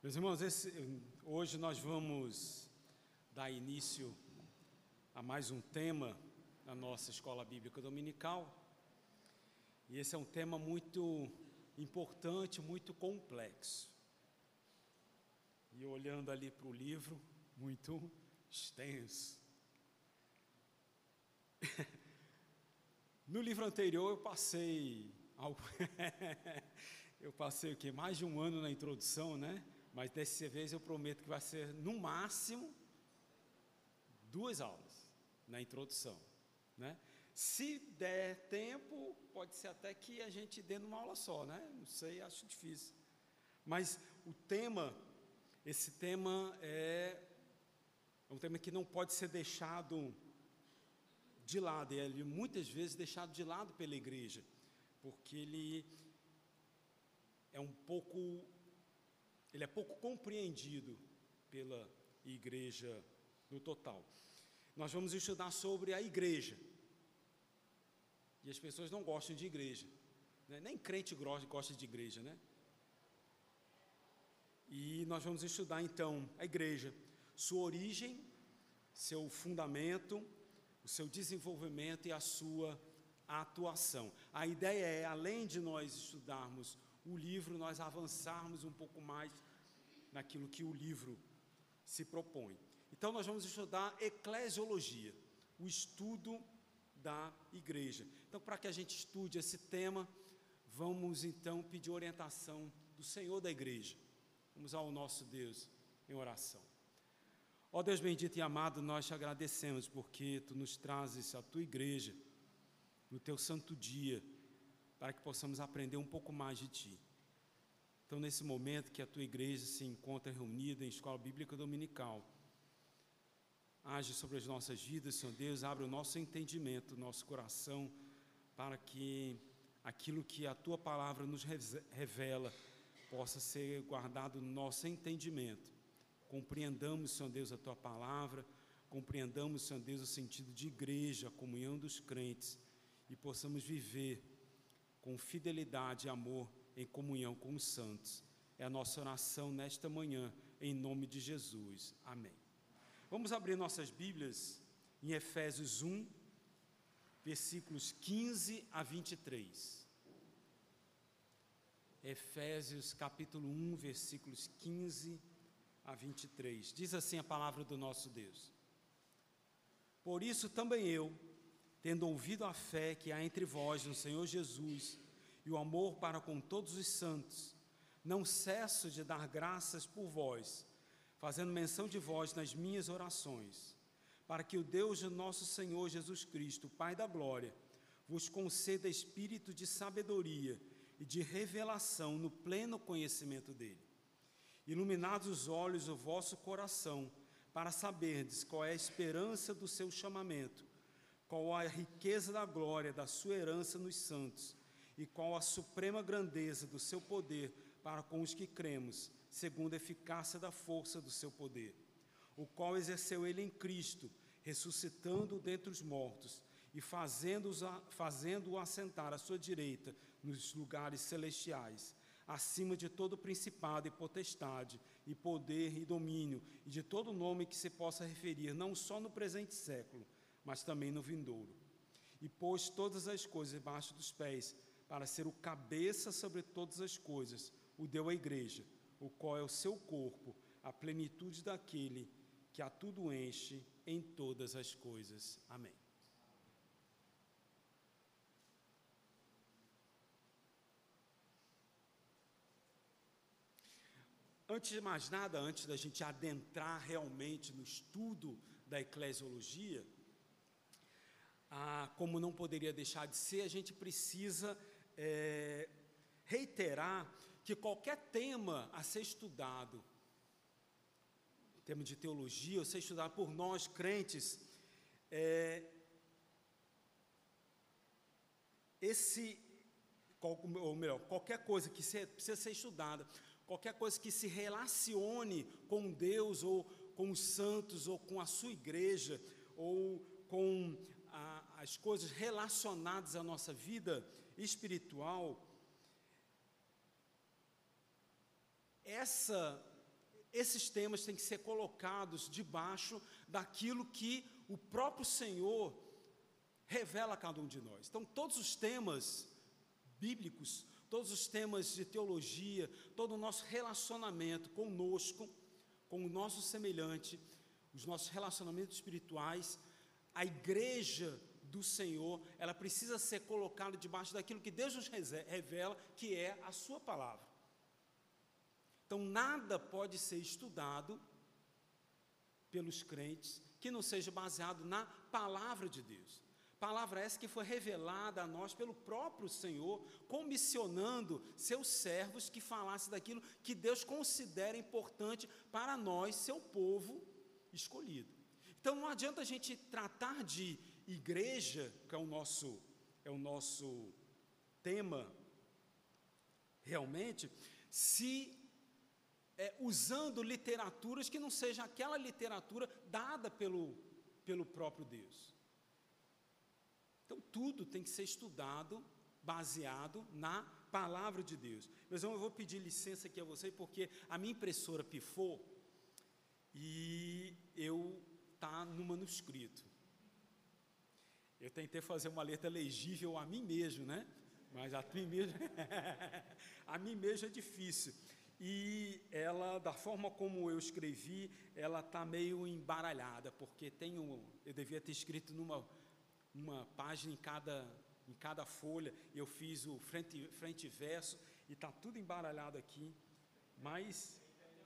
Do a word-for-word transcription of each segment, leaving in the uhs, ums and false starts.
Meus irmãos, esse, hoje nós vamos dar início a mais um tema na nossa Escola Bíblica Dominical. E esse é um tema muito importante, muito complexo. E olhando ali para o livro, muito extenso. No livro anterior eu passei algo eu passei o quê? Mais de um ano na introdução, né? Mas dessa vez eu prometo que vai ser no máximo duas aulas na introdução, né? Se der tempo, pode ser até que a gente dê numa aula só, né? Não sei, acho difícil. Mas o tema, esse tema é, é um tema que não pode ser deixado de lado, e ele muitas vezes deixado de lado pela igreja, porque ele é um pouco, ele é pouco compreendido pela igreja no total. Nós vamos estudar sobre a igreja, e as pessoas não gostam de igreja, né? Nem crente gosta de igreja, né? E nós vamos estudar então a igreja, sua origem, seu fundamento, o seu desenvolvimento e a sua atuação. A ideia é, além de nós estudarmos o livro, nós avançarmos um pouco mais naquilo que o livro se propõe. Então, nós vamos estudar eclesiologia, o estudo da igreja. Então, para que a gente estude esse tema, vamos então pedir orientação do Senhor da igreja. Vamos ao nosso Deus em oração. Ó Deus bendito e amado, nós te agradecemos porque Tu nos trazes a Tua igreja no Teu santo dia, para que possamos aprender um pouco mais de Ti. Então, nesse momento que a Tua igreja se encontra reunida em Escola Bíblica Dominical, age sobre as nossas vidas, Senhor Deus, abre o nosso entendimento, o nosso coração, para que aquilo que a Tua palavra nos revela possa ser guardado no nosso entendimento. Compreendamos, Senhor Deus, a Tua palavra, compreendamos, Senhor Deus, o sentido de igreja, a comunhão dos crentes, e possamos viver com fidelidade e amor em comunhão com os santos. É a nossa oração nesta manhã, em nome de Jesus. Amém. Vamos abrir nossas Bíblias em Efésios um, versículos quinze a vinte e três. Efésios capítulo um, versículos quinze a vinte e três. Diz assim a palavra do nosso Deus: Por isso também eu, tendo ouvido a fé que há entre vós no Senhor Jesus e o amor para com todos os santos, não cesso de dar graças por vós, fazendo menção de vós nas minhas orações, para que o Deus de nosso Senhor Jesus Cristo, Pai da glória, vos conceda espírito de sabedoria e de revelação no pleno conhecimento dele. Iluminados os olhos do vosso coração, para saberdes qual é a esperança do seu chamamento, qual a riqueza da glória da sua herança nos santos, e qual a suprema grandeza do seu poder para com os que cremos, segundo a eficácia da força do seu poder, o qual exerceu ele em Cristo, ressuscitando-o dentre os mortos, e fazendo-o fazendo assentar à sua direita nos lugares celestiais, acima de todo principado e potestade, e poder e domínio, e de todo nome que se possa referir, não só no presente século, mas também no vindouro. E pôs todas as coisas debaixo dos pés, para ser o cabeça sobre todas as coisas, o deu à igreja, o qual é o seu corpo, a plenitude daquele que a tudo enche em todas as coisas. Amém. Antes de mais nada, antes da gente adentrar realmente no estudo da eclesiologia, ah, como não poderia deixar de ser, a gente precisa é, reiterar que qualquer tema a ser estudado, tema de teologia, a ser estudado por nós crentes, é, esse, ou melhor, qualquer coisa que se, precisa ser estudada, qualquer coisa que se relacione com Deus, ou com os santos, ou com a sua igreja, ou com a, as coisas relacionadas à nossa vida espiritual, essa esses temas têm que ser colocados debaixo daquilo que o próprio Senhor revela a cada um de nós. Então, todos os temas bíblicos, todos os temas de teologia, todo o nosso relacionamento conosco, com o nosso semelhante, os nossos relacionamentos espirituais, a igreja do Senhor, ela precisa ser colocada debaixo daquilo que Deus nos revela, que é a sua palavra. Então, nada pode ser estudado pelos crentes que não seja baseado na palavra de Deus. Palavra essa que foi revelada a nós pelo próprio Senhor, comissionando seus servos que falassem daquilo que Deus considera importante para nós, seu povo escolhido. Então, não adianta a gente tratar de igreja, que é o nosso, é o nosso tema realmente, se é, usando literaturas que não seja aquela literatura dada pelo, pelo próprio Deus. Então, tudo tem que ser estudado, baseado na palavra de Deus. Mas eu vou pedir licença aqui a vocês, porque a minha impressora pifou e eu tá no manuscrito. Eu tentei fazer uma letra legível a mim mesmo, né? Mas a mim mesmo, a mim mesmo é difícil. E ela, da forma como eu escrevi, ela está meio embaralhada, porque tem um, eu devia ter escrito numa uma página em cada, em cada folha, eu fiz o frente, frente e verso, e está tudo embaralhado aqui, mas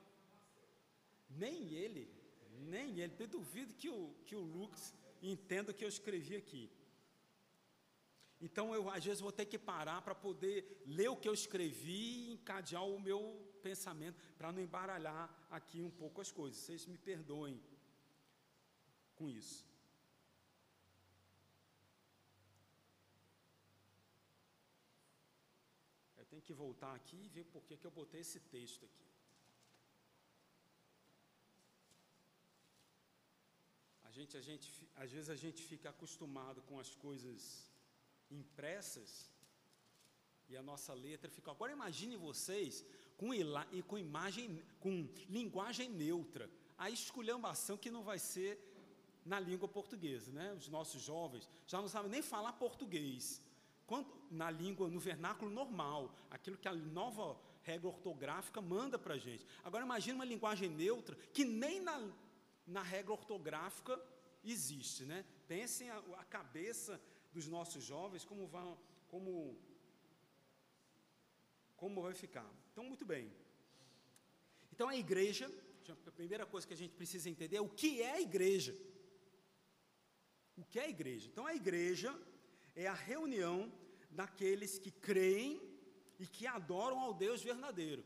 nem ele, nem ele, eu duvido que o, que o Lucas entenda o que eu escrevi aqui. Então, eu às vezes vou ter que parar para poder ler o que eu escrevi e encadear o meu pensamento, para não embaralhar aqui um pouco as coisas. Vocês me perdoem com isso. Eu tenho que voltar aqui e ver por que que eu botei esse texto aqui. A gente, a gente, às vezes a gente fica acostumado com as coisas impressas e a nossa letra fica. Agora imagine vocês com, e com imagem, com linguagem neutra, a esculhambação que não vai ser na língua portuguesa, né? Os nossos jovens já não sabem nem falar português, quanto na língua, no vernáculo normal, aquilo que a nova regra ortográfica manda para a gente. Agora imagine uma linguagem neutra que nem na, na regra ortográfica existe, né? Pensem a, a cabeça dos nossos jovens, como, vão, como, como vai ficar. Então, muito bem. Então, a igreja, a primeira coisa que a gente precisa entender é o que é a igreja. O que é a igreja? Então, a igreja é a reunião daqueles que creem e que adoram ao Deus verdadeiro.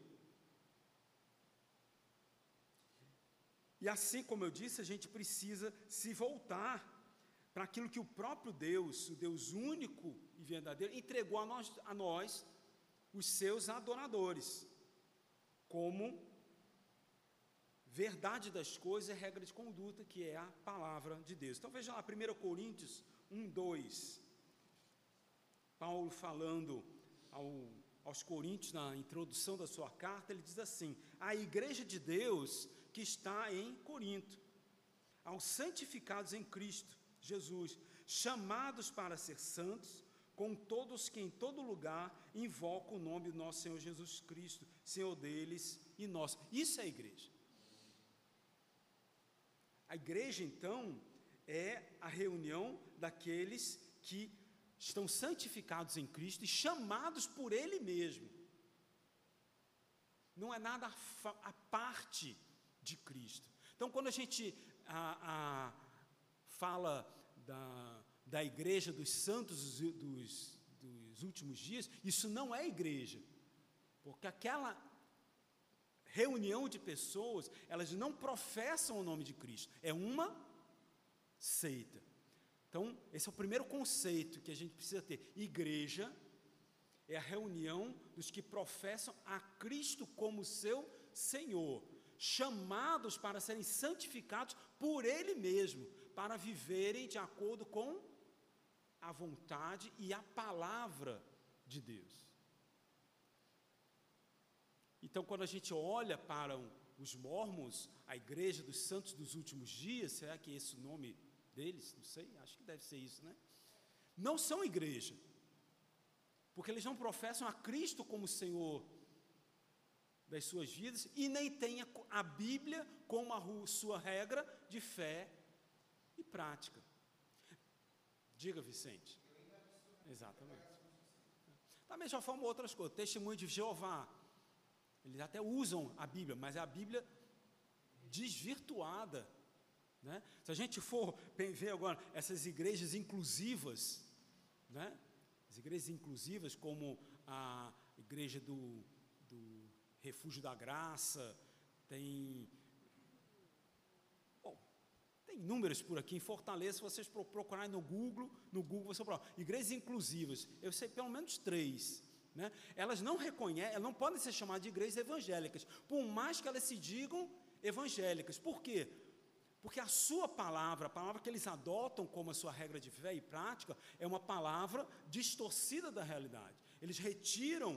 E assim como eu disse, a gente precisa se voltar para aquilo que o próprio Deus, o Deus único e verdadeiro, entregou a nós, a nós, os seus adoradores, como verdade das coisas e regra de conduta, que é a palavra de Deus. Então veja lá, primeira Coríntios um, dois, Paulo falando ao, aos Coríntios, na introdução da sua carta, ele diz assim: a igreja de Deus que está em Corinto, aos santificados em Cristo Jesus, chamados para ser santos, com todos que em todo lugar invocam o nome do nosso Senhor Jesus Cristo, Senhor deles e nosso. Isso é a igreja. A igreja, então, é a reunião daqueles que estão santificados em Cristo e chamados por Ele mesmo. Não é nada a parte de Cristo. Então, quando a gente a, a, fala da, da igreja dos santos dos, dos últimos dias, isso não é igreja, porque aquela reunião de pessoas, elas não professam o nome de Cristo, é uma seita. Então, esse é o primeiro conceito que a gente precisa ter. Igreja é a reunião dos que professam a Cristo como seu Senhor, chamados para serem santificados por Ele mesmo, para viverem de acordo com a vontade e a palavra de Deus. Então, quando a gente olha para um, os Mormons, a Igreja dos Santos dos Últimos Dias, será que é esse o nome deles? Não sei, acho que deve ser isso, né? Não são igreja, porque eles não professam a Cristo como Senhor das suas vidas e nem têm a, a Bíblia como a sua regra de fé e prática. Diga, Vicente. Exatamente. Da mesma forma, outras coisas. Testemunho de Jeová. Eles até usam a Bíblia, mas é a Bíblia desvirtuada, né? Se a gente for ver agora essas igrejas inclusivas, né? As igrejas inclusivas, como a igreja do, do Refúgio da Graça, tem, bom, tem inúmeras por aqui. Em Fortaleza, se vocês procurarem no Google, no Google você procura igrejas inclusivas, eu sei pelo menos três. Né? Elas não reconhecem, elas não podem ser chamadas de igrejas evangélicas, por mais que elas se digam evangélicas. Por quê? Porque a sua palavra, a palavra que eles adotam como a sua regra de fé e prática, é uma palavra distorcida da realidade. Eles retiram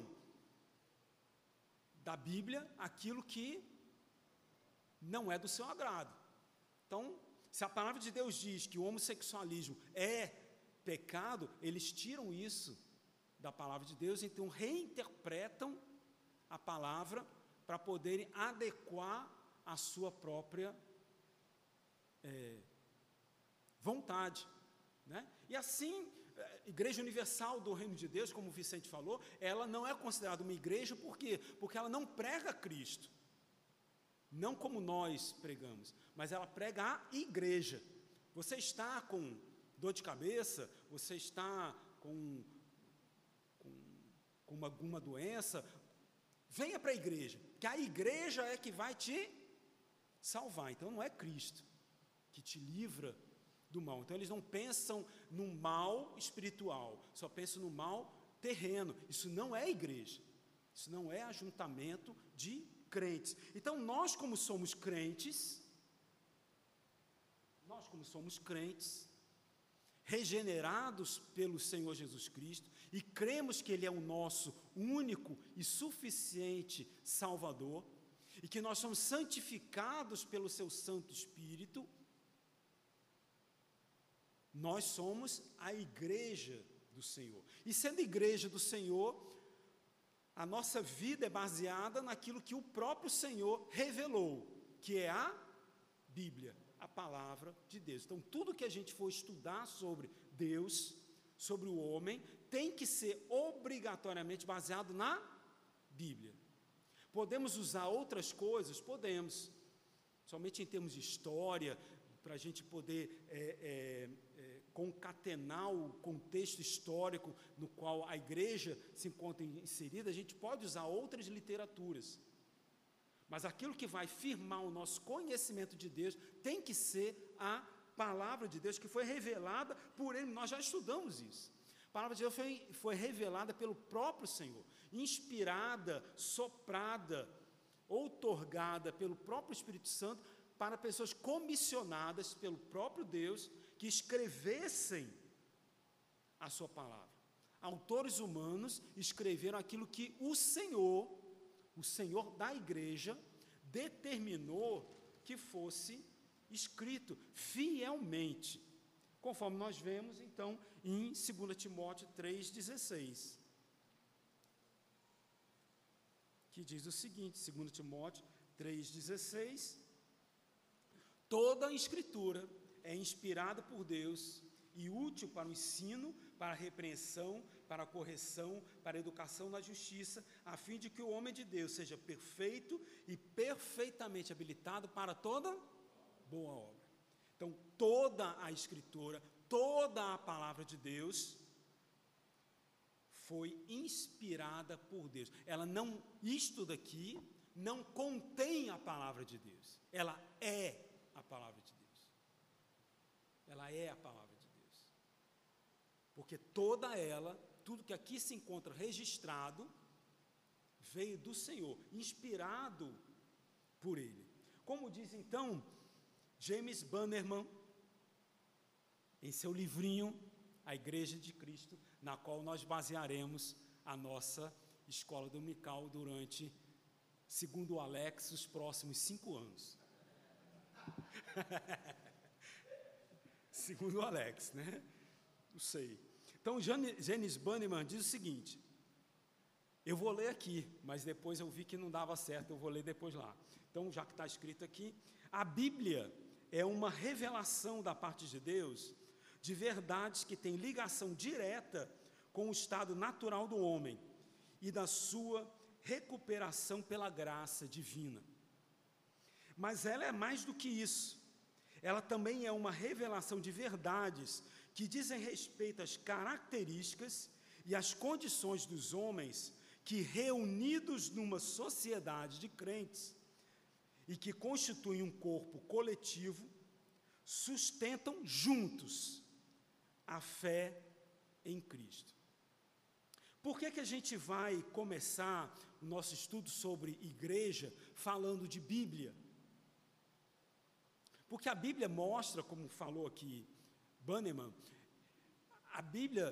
da Bíblia aquilo que não é do seu agrado. Então, se a palavra de Deus diz que o homossexualismo é pecado, eles tiram isso da palavra de Deus, então reinterpretam a palavra para poderem adequar a sua própria é, vontade, né? E assim, a Igreja Universal do Reino de Deus, como o Vicente falou, ela não é considerada uma igreja, por quê? Porque ela não prega Cristo, não como nós pregamos, mas ela prega a igreja. Você está com dor de cabeça, você está com com uma, alguma doença, venha para a igreja, que a igreja é que vai te salvar. Então não é Cristo que te livra do mal. Então eles não pensam no mal espiritual, só pensam no mal terreno. Isso não é igreja, isso não é ajuntamento de crentes. Então nós, como somos crentes, nós como somos crentes, regenerados pelo Senhor Jesus Cristo, e cremos que Ele é o nosso único e suficiente Salvador, e que nós somos santificados pelo Seu Santo Espírito, nós somos a igreja do Senhor. E sendo igreja do Senhor, a nossa vida é baseada naquilo que o próprio Senhor revelou, que é a Bíblia, a palavra de Deus. Então, tudo que a gente for estudar sobre Deus, sobre o homem, tem que ser obrigatoriamente baseado na Bíblia. Podemos usar outras coisas? Podemos, somente em termos de história, para a gente poder é, é, é, concatenar o contexto histórico no qual a igreja se encontra inserida, a gente pode usar outras literaturas. Mas aquilo que vai firmar o nosso conhecimento de Deus tem que ser a palavra de Deus, que foi revelada por Ele. Nós já estudamos isso. A palavra de Deus foi, foi revelada pelo próprio Senhor, inspirada, soprada, outorgada pelo próprio Espírito Santo para pessoas comissionadas pelo próprio Deus que escrevessem a sua palavra. Autores humanos escreveram aquilo que o Senhor, o Senhor da igreja, determinou que fosse escrito fielmente, conforme nós vemos então em dois Timóteo três, dezesseis, que diz o seguinte, dois Timóteo três, dezesseis: toda a escritura é inspirada por Deus e útil para o ensino, para a repreensão, para a correção, para a educação na justiça, a fim de que o homem de Deus seja perfeito e perfeitamente habilitado para toda boa obra. Então, toda a escritura, toda a palavra de Deus foi inspirada por Deus. Ela não, isto daqui não contém a palavra de Deus. Ela é a palavra de Deus. Ela é a palavra de Deus. Porque toda ela, tudo que aqui se encontra registrado, veio do Senhor, inspirado por Ele. Como diz então James Bannerman, em seu livrinho, A Igreja de Cristo, na qual nós basearemos a nossa escola dominical durante segundo o Alex, os próximos cinco anos. Segundo o Alex, né? Não sei. Então, Janis Banneman diz o seguinte, eu vou ler aqui, mas depois eu vi que não dava certo, eu vou ler depois lá. Então, já que está escrito aqui, a Bíblia é uma revelação da parte de Deus de verdades que têm ligação direta com o estado natural do homem e da sua recuperação pela graça divina. Mas ela é mais do que isso. Ela também é uma revelação de verdades que dizem respeito às características e às condições dos homens que, reunidos numa sociedade de crentes e que constituem um corpo coletivo, sustentam juntos a fé em Cristo. Por que que a gente vai começar o nosso estudo sobre igreja falando de Bíblia? Porque a Bíblia mostra, como falou aqui Banneman, a Bíblia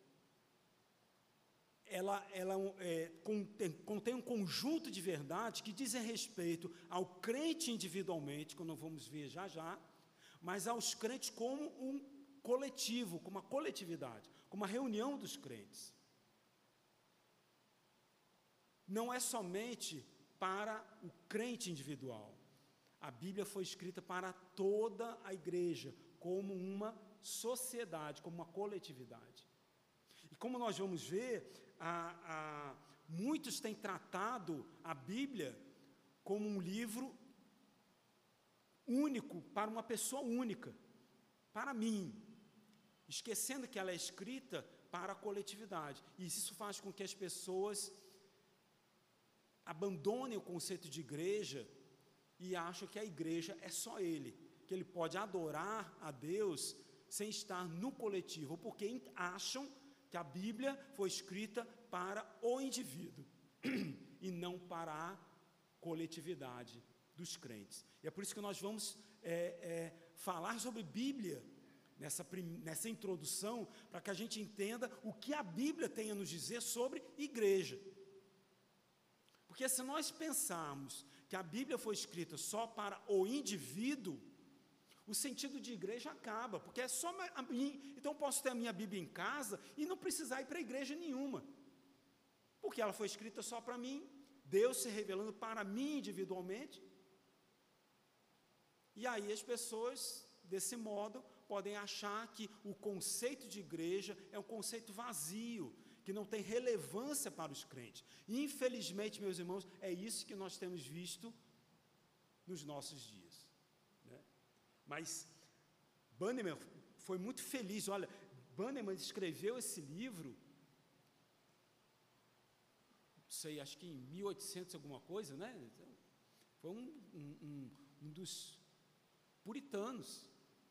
ela, ela é, contém, contém um conjunto de verdades que dizem respeito ao crente individualmente, como nós vamos ver já já, mas aos crentes como um coletivo, como uma coletividade, como uma reunião dos crentes. Não é somente para o crente individual. A Bíblia foi escrita para toda a igreja, como uma sociedade, como uma coletividade. E como nós vamos ver, a, a, muitos têm tratado a Bíblia como um livro único, para uma pessoa única, para mim, esquecendo que ela é escrita para a coletividade. E isso faz com que as pessoas abandonem o conceito de igreja e acham que a igreja é só ele, que ele pode adorar a Deus sem estar no coletivo, porque acham que a Bíblia foi escrita para o indivíduo e não para a coletividade dos crentes. E é por isso que nós vamos é, é, falar sobre Bíblia nessa, nessa introdução, para que a gente entenda o que a Bíblia tem a nos dizer sobre igreja. Porque se nós pensarmos que a Bíblia foi escrita só para o indivíduo, o sentido de igreja acaba, porque é só a mim. Então, eu posso ter a minha Bíblia em casa e não precisar ir para igreja nenhuma, porque ela foi escrita só para mim, Deus se revelando para mim individualmente. E aí as pessoas, desse modo, podem achar que o conceito de igreja é um conceito vazio, que não tem relevância para os crentes. E, infelizmente, meus irmãos, é isso que nós temos visto nos nossos dias. Né? Mas Banneman foi muito feliz. Olha, Banneman escreveu esse livro, não sei, acho que em mil e oitocentos alguma coisa, né? Foi um, um, um dos puritanos.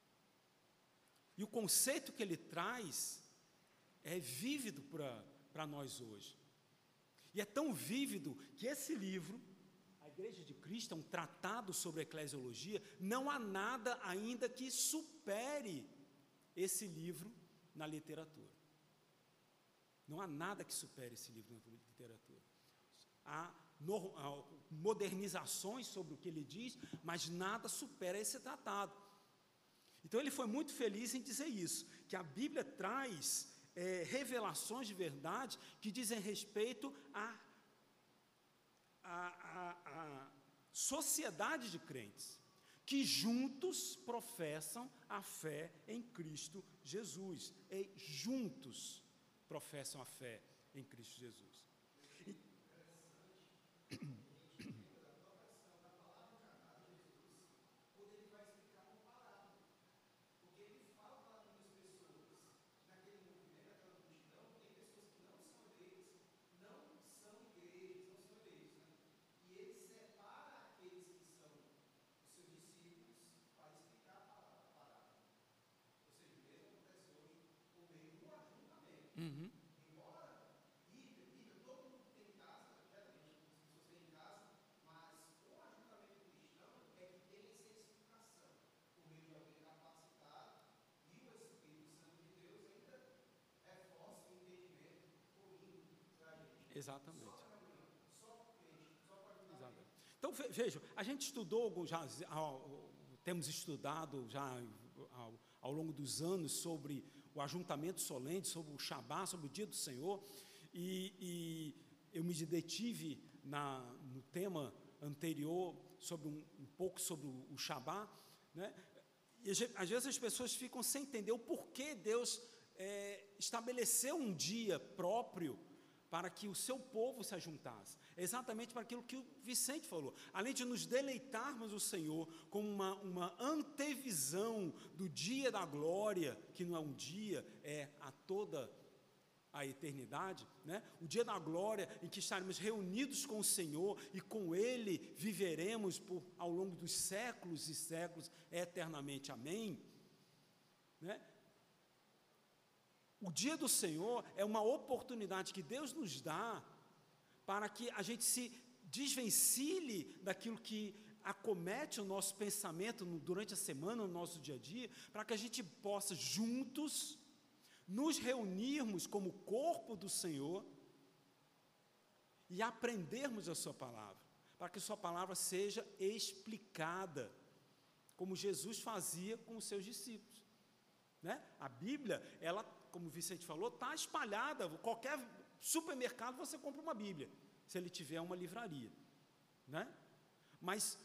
E o conceito que ele traz é vívido para nós hoje. E é tão vívido que esse livro, A Igreja de Cristo, é um tratado sobre a eclesiologia, não há nada ainda que supere esse livro na literatura. Não há nada que supere esse livro na literatura. Há, no, há modernizações sobre o que ele diz, mas nada supera esse tratado. Então ele foi muito feliz em dizer isso, que a Bíblia traz é, revelações de verdade que dizem respeito à a, a, a sociedade de crentes, que juntos professam a fé em Cristo Jesus, e juntos professam a fé em Cristo Jesus. E, Uhum. Embora Bíblia, Bíblia, todo mundo tem em casa, geralmente as pessoas têm em casa, mas o ajuntamento cristão é que tem essa explicação, por meio de alguém capacitado, e o Espírito Santo de Deus ainda reforça o entendimento corrido da gente. Exatamente. Só para a reunião, só para o crente, só para o ajuntamento, Então, vejam, a gente estudou, já, temos estudado já ao, ao longo dos anos sobre o ajuntamento solene, sobre o Shabá, sobre o dia do Senhor, e, e eu me detive na, no tema anterior, sobre um, um pouco sobre o, o Shabá, né? E às vezes as pessoas ficam sem entender o porquê Deus é, estabeleceu um dia próprio para que o seu povo se ajuntasse. É exatamente para aquilo que o Vicente falou. Além de nos deleitarmos o Senhor com uma, uma antevisão do dia da glória, que não é um dia, é a toda a eternidade, né? O dia da glória em que estaremos reunidos com o Senhor e com Ele viveremos por, ao longo dos séculos e séculos eternamente, amém? Né? O dia do Senhor é uma oportunidade que Deus nos dá para que a gente se desvencilhe daquilo que acomete o nosso pensamento no, durante a semana, no nosso dia a dia, para que a gente possa juntos nos reunirmos como corpo do Senhor e aprendermos a sua palavra, para que sua palavra seja explicada, como Jesus fazia com os seus discípulos, né? A Bíblia, ela, como o Vicente falou, está espalhada, qualquer supermercado você compra uma Bíblia, se ele tiver uma livraria, né? Mas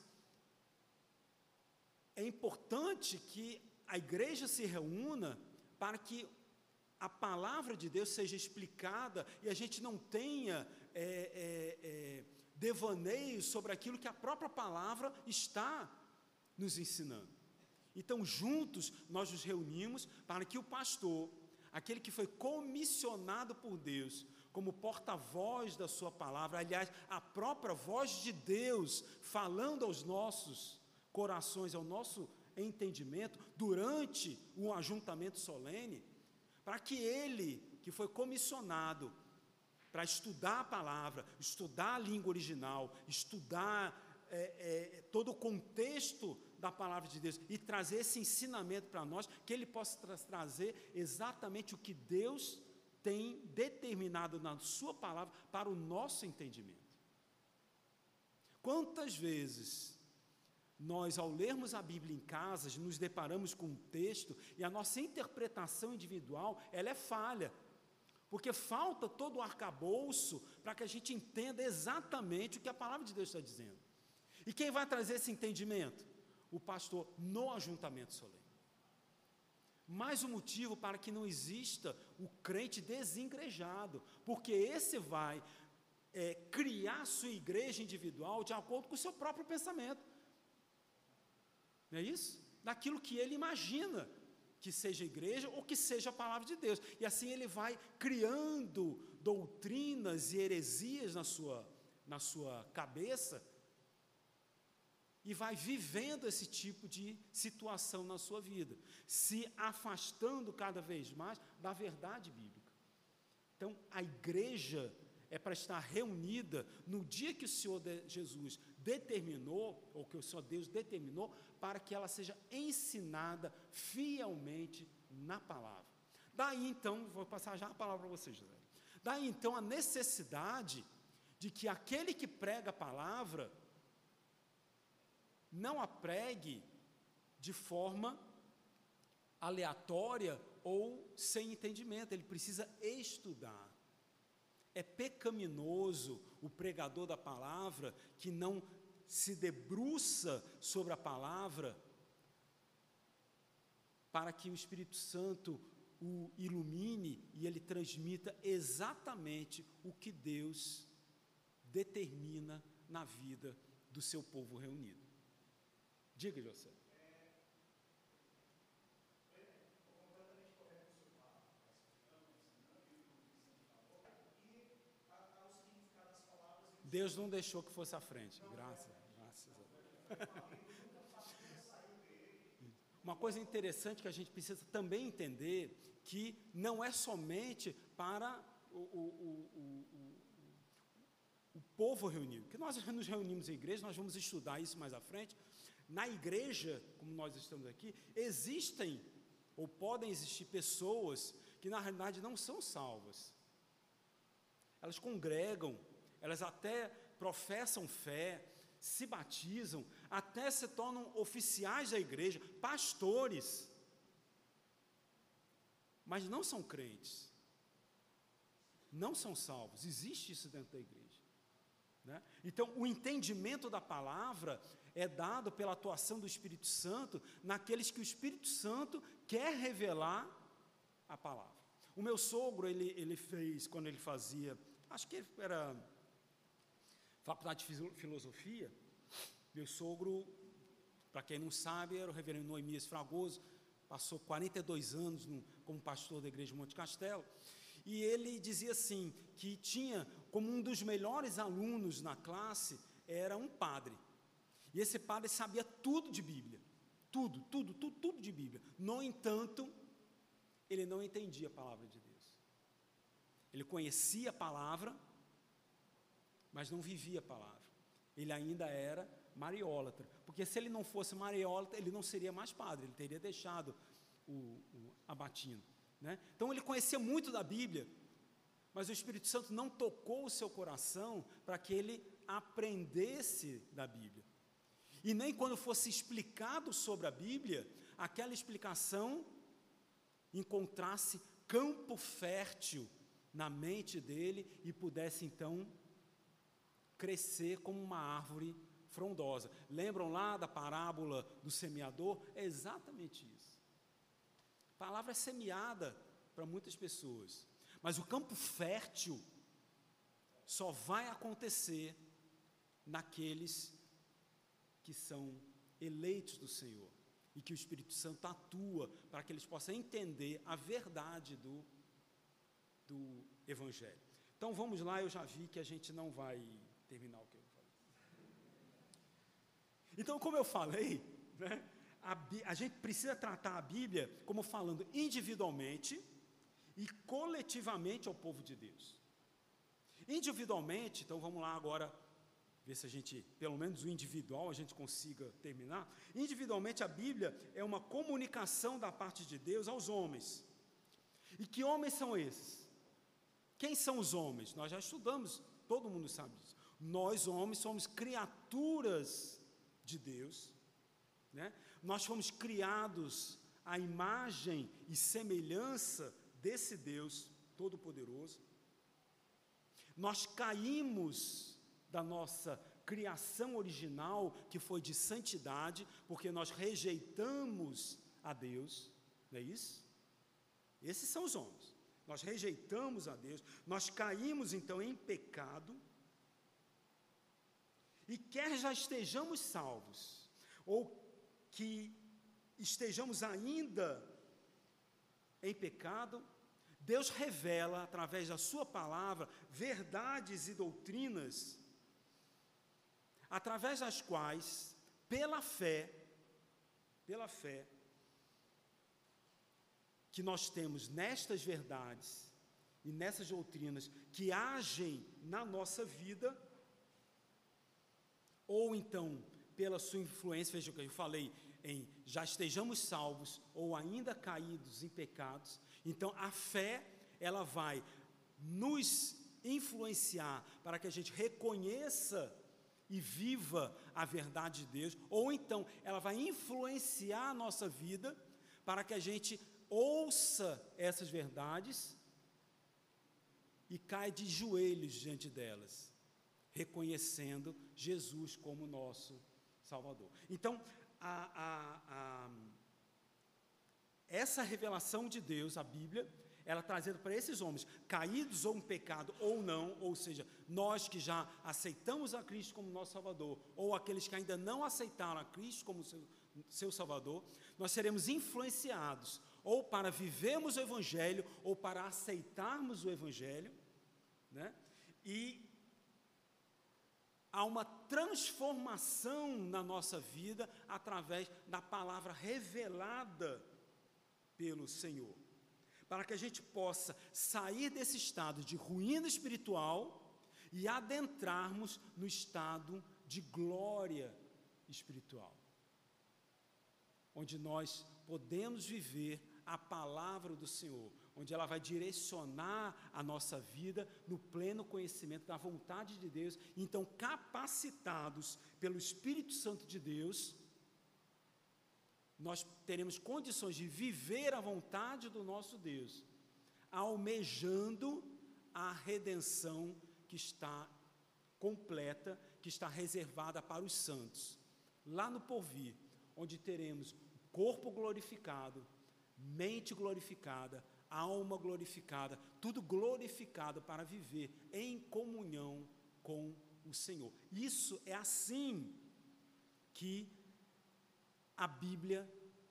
é importante que a igreja se reúna para que a palavra de Deus seja explicada e a gente não tenha é, é, é, devaneios sobre aquilo que a própria palavra está nos ensinando. Então, juntos, nós nos reunimos para que o pastor, aquele que foi comissionado por Deus, como porta-voz da sua palavra, aliás, a própria voz de Deus, falando aos nossos corações, ao nosso entendimento, durante um ajuntamento solene, para que ele, que foi comissionado para estudar a palavra, estudar a língua original, estudar é, é, todo o contexto da palavra de Deus e trazer esse ensinamento para nós, que ele possa tra trazer exatamente o que Deus tem determinado na sua palavra para o nosso entendimento. Quantas vezes nós, ao lermos a Bíblia em casa, nos deparamos com um texto e a nossa interpretação individual, ela é falha, porque falta todo o arcabouço para que a gente entenda exatamente o que a palavra de Deus está dizendo. E quem vai trazer esse entendimento? O pastor no ajuntamento solene. Mais um motivo para que não exista o crente desengrejado, porque esse vai é, criar sua igreja individual de acordo com o seu próprio pensamento. Não é isso? Daquilo que ele imagina que seja igreja ou que seja a palavra de Deus. E assim ele vai criando doutrinas e heresias na sua, na sua cabeça e vai vivendo esse tipo de situação na sua vida, se afastando cada vez mais da verdade bíblica. Então, a igreja é para estar reunida no dia que o Senhor Jesus determinou, ou que o Senhor Deus determinou, para que ela seja ensinada fielmente na palavra. Daí então, vou passar já a palavra para vocês, José. Daí então a necessidade de que aquele que prega a palavra não a pregue de forma aleatória ou sem entendimento, ele precisa estudar. É pecaminoso o pregador da palavra que não se debruça sobre a palavra para que o Espírito Santo o ilumine e ele transmita exatamente o que Deus determina na vida do seu povo reunido. Diga, José. Deus não deixou que fosse à frente, graças, graças a Deus. Uma coisa interessante que a gente precisa também entender, que não é somente para o, o, o, o, o povo reunido, que nós nos reunimos em igreja, nós vamos estudar isso mais à frente. Na igreja, como nós estamos aqui, existem ou podem existir pessoas que na realidade não são salvas. Elas congregam, elas até professam fé, se batizam, até se tornam oficiais da igreja, pastores, mas não são crentes, não são salvos. Existe isso dentro da igreja, né? Então, o entendimento da palavra é dado pela atuação do Espírito Santo naqueles que o Espírito Santo quer revelar a palavra. O meu sogro, ele, ele fez, quando ele fazia, acho que era faculdade de filosofia, meu sogro, para quem não sabe, era o reverendo Noemias Fragoso, passou quarenta e dois anos no, como pastor da igreja de Monte Castelo, e ele dizia assim, que tinha, como um dos melhores alunos na classe, era um padre, e esse padre sabia tudo de Bíblia, tudo, tudo, tudo, tudo de Bíblia. No entanto, ele não entendia a palavra de Deus, ele conhecia a palavra, mas não vivia a palavra, ele ainda era mariólatra, porque se ele não fosse mariólatra, ele não seria mais padre, ele teria deixado o, o, a batina, né? Então ele conhecia muito da Bíblia, mas o Espírito Santo não tocou o seu coração para que ele aprendesse da Bíblia, e nem quando fosse explicado sobre a Bíblia, aquela explicação encontrasse campo fértil na mente dele e pudesse então crescer como uma árvore frondosa. Lembram lá da parábola do semeador? É exatamente isso. A palavra é semeada para muitas pessoas, mas o campo fértil só vai acontecer naqueles que são eleitos do Senhor e que o Espírito Santo atua para que eles possam entender a verdade do, do Evangelho. Então vamos lá, eu já vi que a gente não vai terminar o que eu falei. Então, como eu falei, né, a, a gente precisa tratar a Bíblia como falando individualmente e coletivamente ao povo de Deus. Individualmente, então vamos lá agora, ver se a gente, pelo menos o individual, a gente consiga terminar. Individualmente, a Bíblia é uma comunicação da parte de Deus aos homens. E que homens são esses? Quem são os homens? Nós já estudamos, todo mundo sabe disso. Nós, homens, somos criaturas de Deus, né? Nós fomos criados à imagem e semelhança desse Deus Todo-Poderoso. Nós caímos da nossa criação original, que foi de santidade, porque nós rejeitamos a Deus, não é isso? Esses são os homens. Nós rejeitamos a Deus, nós caímos então em pecado, e quer já estejamos salvos, ou que estejamos ainda em pecado, Deus revela, através da sua palavra, verdades e doutrinas, através das quais, pela fé, pela fé, que nós temos nestas verdades e nessas doutrinas que agem na nossa vida, ou então, pela sua influência, veja o que eu falei, em já estejamos salvos ou ainda caídos em pecados, então a fé, ela vai nos influenciar para que a gente reconheça e viva a verdade de Deus, ou então ela vai influenciar a nossa vida para que a gente ouça essas verdades e caia de joelhos diante delas, reconhecendo Jesus como nosso Salvador. Então, a, a, a, essa revelação de Deus, a Bíblia, ela é trazida para esses homens, caídos ou em pecado ou não, ou seja, nós que já aceitamos a Cristo como nosso Salvador, ou aqueles que ainda não aceitaram a Cristo como seu, seu Salvador, nós seremos influenciados, ou para vivermos o Evangelho, ou para aceitarmos o Evangelho, né? E há uma transformação na nossa vida através da palavra revelada pelo Senhor, para que a gente possa sair desse estado de ruína espiritual e adentrarmos no estado de glória espiritual, onde nós podemos viver a palavra do Senhor, onde ela vai direcionar a nossa vida no pleno conhecimento da vontade de Deus. Então, capacitados pelo Espírito Santo de Deus, nós teremos condições de viver a vontade do nosso Deus, almejando a redenção que está completa, que está reservada para os santos, lá no porvir, onde teremos corpo glorificado, mente glorificada, alma glorificada, tudo glorificado para viver em comunhão com o Senhor. Isso é assim que a Bíblia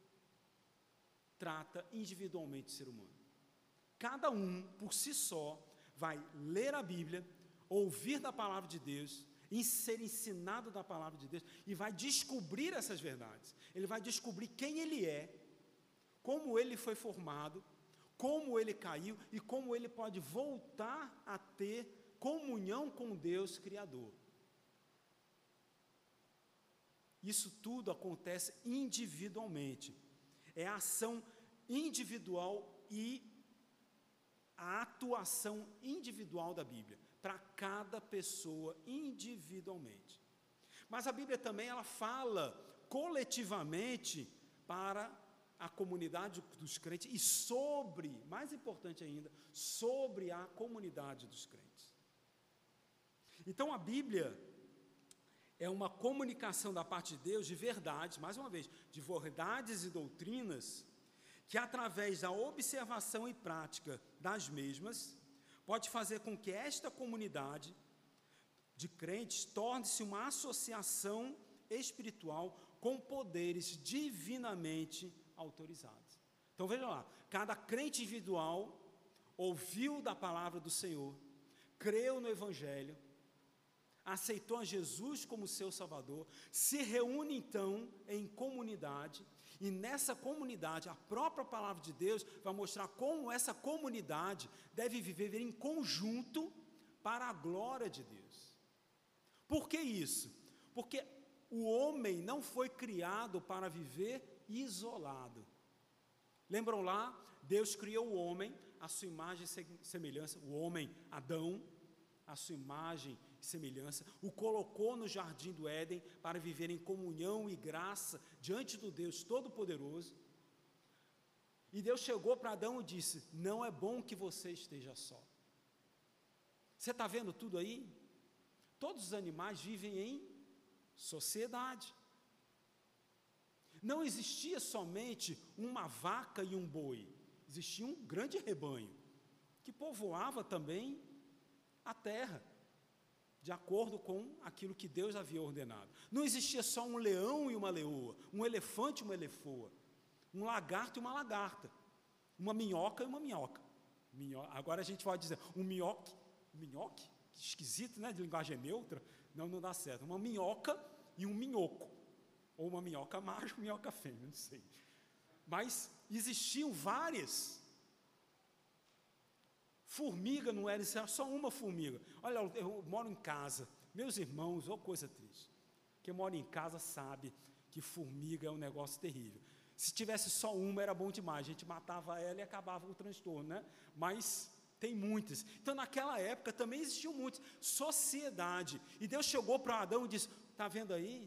trata individualmente o ser humano. Cada um, por si só, vai ler a Bíblia, ouvir da palavra de Deus, ser ensinado da palavra de Deus, e vai descobrir essas verdades. Ele vai descobrir quem ele é, como ele foi formado, como ele caiu e como ele pode voltar a ter comunhão com Deus Criador. Isso tudo acontece individualmente. É a ação individual e a atuação individual da Bíblia, para cada pessoa individualmente. Mas a Bíblia também ela fala coletivamente para a comunidade dos crentes e sobre, mais importante ainda, sobre a comunidade dos crentes. Então a Bíblia é uma comunicação da parte de Deus de verdades, mais uma vez, de verdades e doutrinas, que através da observação e prática das mesmas, pode fazer com que esta comunidade de crentes torne-se uma associação espiritual com poderes divinamente autorizados. Então veja lá, cada crente individual ouviu da palavra do Senhor, creu no Evangelho, aceitou a Jesus como seu Salvador, se reúne então em comunidade, e nessa comunidade, a própria palavra de Deus vai mostrar como essa comunidade deve viver em conjunto para a glória de Deus. Por que isso? Porque o homem não foi criado para viver isolado. Lembram lá? Deus criou o homem, a sua imagem e semelhança, o homem, Adão, a sua imagem e semelhança, o colocou no jardim do Éden para viver em comunhão e graça diante do Deus Todo-Poderoso. E Deus chegou para Adão e disse: não é bom que você esteja só. Você está vendo tudo aí? Todos os animais vivem em sociedade. Não existia somente uma vaca e um boi, existia um grande rebanho, que povoava também a terra, de acordo com aquilo que Deus havia ordenado. Não existia só um leão e uma leoa, um elefante e uma elefoa, um lagarto e uma lagarta, uma minhoca e uma minhoca. Minho... Agora a gente pode dizer, um minhoque, minhoque? Que esquisito, né, de linguagem neutra, não, não dá certo, uma minhoca e um minhoco, ou uma minhoca macho, minhoca fêmea, não sei. Mas existiam várias. Formiga não era, era só uma formiga. Olha, eu moro em casa, meus irmãos, ô coisa triste. Quem mora em casa sabe que formiga é um negócio terrível. Se tivesse só uma, era bom demais, a gente matava ela e acabava o transtorno, né? Mas tem muitas. Então, naquela época também existiam muitas. Sociedade. E Deus chegou para Adão e disse: está vendo aí?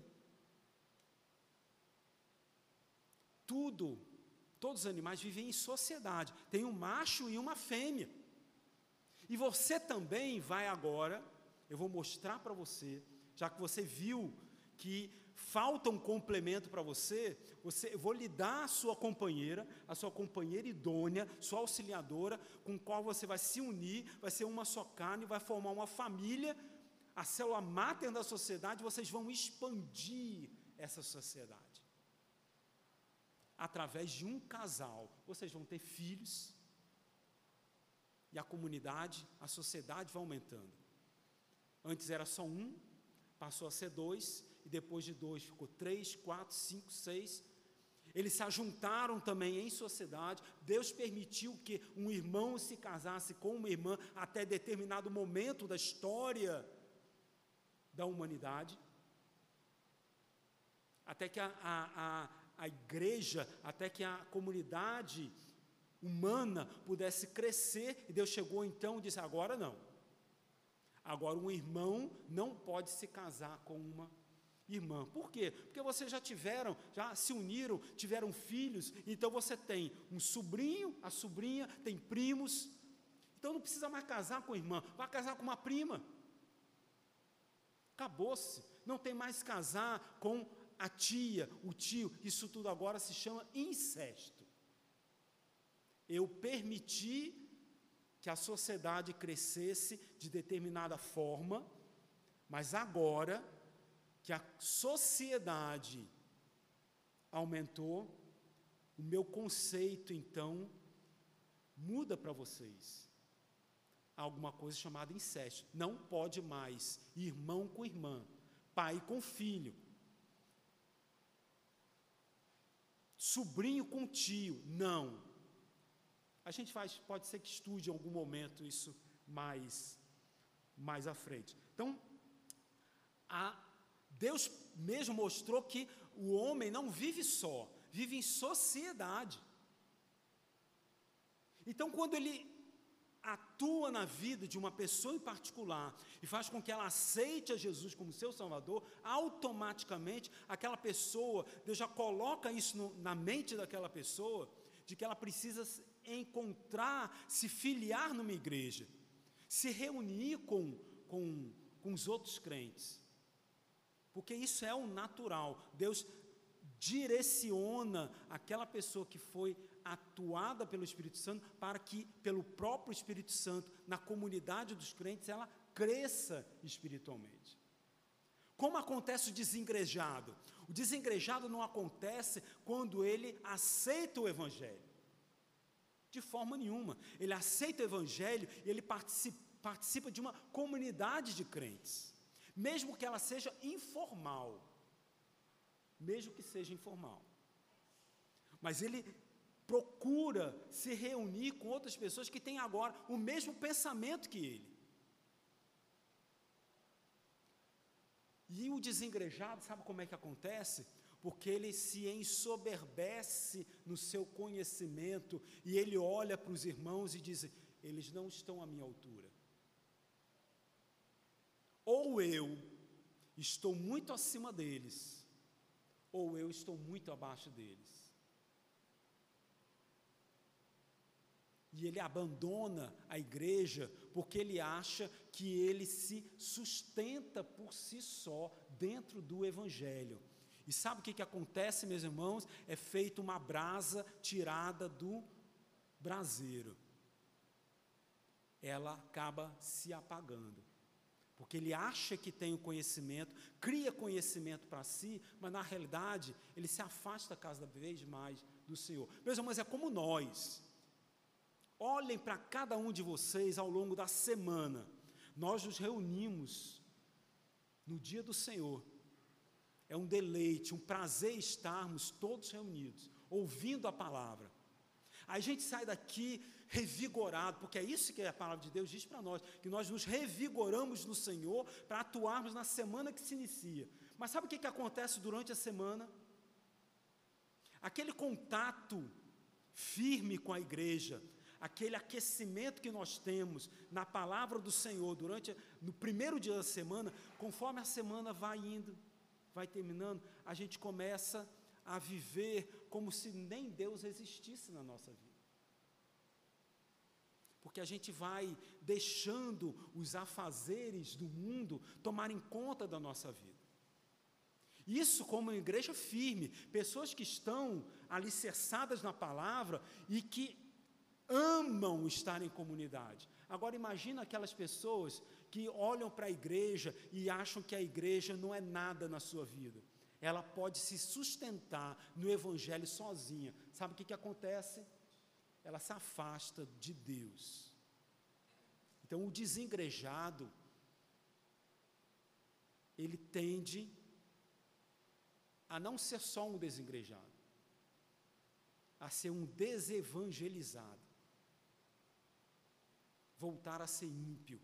Tudo, todos os animais vivem em sociedade. Tem um macho e uma fêmea. E você também vai agora, eu vou mostrar para você, já que você viu que falta um complemento para você, você, eu vou lhe dar a sua companheira, a sua companheira idônea, sua auxiliadora, com qual você vai se unir, vai ser uma só carne, vai formar uma família, a célula máter da sociedade, vocês vão expandir essa sociedade. Através de um casal, vocês vão ter filhos, e a comunidade, a sociedade vai aumentando. Antes era só um, passou a ser dois, e depois de dois ficou três, quatro, cinco, seis. Eles se ajuntaram também em sociedade. Deus permitiu que um irmão se casasse com uma irmã até determinado momento da história da humanidade. Até que a, a, a, a igreja, até que a comunidade humana pudesse crescer, e Deus chegou então e disse, agora não. Agora um irmão não pode se casar com uma irmã. Por quê? Porque vocês já tiveram, já se uniram, tiveram filhos, então você tem um sobrinho, a sobrinha, tem primos, então não precisa mais casar com a irmã, vai casar com uma prima. Acabou-se, não tem mais casar com a tia, o tio, isso tudo agora se chama incesto. Eu permiti que a sociedade crescesse de determinada forma, mas agora que a sociedade aumentou, o meu conceito, então, muda para vocês. Há alguma coisa chamada incesto. Não pode mais irmão com irmã, pai com filho, sobrinho com tio, não. A gente faz, pode ser que estude em algum momento isso mais, mais à frente. Então, a, Deus mesmo mostrou que o homem não vive só, vive em sociedade. Então, quando ele atua na vida de uma pessoa em particular e faz com que ela aceite a Jesus como seu Salvador, automaticamente aquela pessoa, Deus já coloca isso no, na mente daquela pessoa, de que ela precisa encontrar, se filiar numa igreja, se reunir com, com, com os outros crentes, porque isso é o natural. Deus direciona aquela pessoa que foi atuada pelo Espírito Santo para que, pelo próprio Espírito Santo, na comunidade dos crentes, ela cresça espiritualmente. Como acontece o desengrejado? O desengrejado não acontece quando ele aceita o Evangelho. De forma nenhuma. Ele aceita o Evangelho e ele participa, participa de uma comunidade de crentes. Mesmo que ela seja informal. Mesmo que seja informal. Mas ele procura se reunir com outras pessoas que têm agora o mesmo pensamento que ele. E o desengrejado, sabe como é que acontece? Porque ele se ensoberbece no seu conhecimento, e ele olha para os irmãos e diz, eles não estão à minha altura. Ou eu estou muito acima deles, ou eu estou muito abaixo deles. E ele abandona a igreja porque ele acha que ele se sustenta por si só dentro do Evangelho. E sabe o que, que acontece, meus irmãos? É feita uma brasa tirada do braseiro. Ela acaba se apagando. Porque ele acha que tem o conhecimento, cria conhecimento para si, mas na realidade ele se afasta cada vez mais do Senhor. Meus irmãos, é como nós. Olhem para cada um de vocês ao longo da semana. Nós nos reunimos no dia do Senhor. É um deleite, um prazer estarmos todos reunidos, ouvindo a palavra. A gente sai daqui revigorado, porque é isso que a palavra de Deus diz para nós, que nós nos revigoramos no Senhor para atuarmos na semana que se inicia. Mas sabe o que, que acontece durante a semana? Aquele contato firme com a igreja, aquele aquecimento que nós temos na palavra do Senhor durante no primeiro dia da semana, conforme a semana vai indo, vai terminando, a gente começa a viver como se nem Deus existisse na nossa vida. Porque a gente vai deixando os afazeres do mundo tomarem conta da nossa vida. Isso como uma igreja firme, pessoas que estão alicerçadas na palavra e que amam estar em comunidade. Agora imagina aquelas pessoas que olham para a igreja e acham que a igreja não é nada na sua vida. Ela pode se sustentar no Evangelho sozinha. Sabe o que, que acontece? Ela se afasta de Deus. Então o desengrejado, ele tende a não ser só um desengrejado, a ser um desevangelizado, voltar a ser ímpio,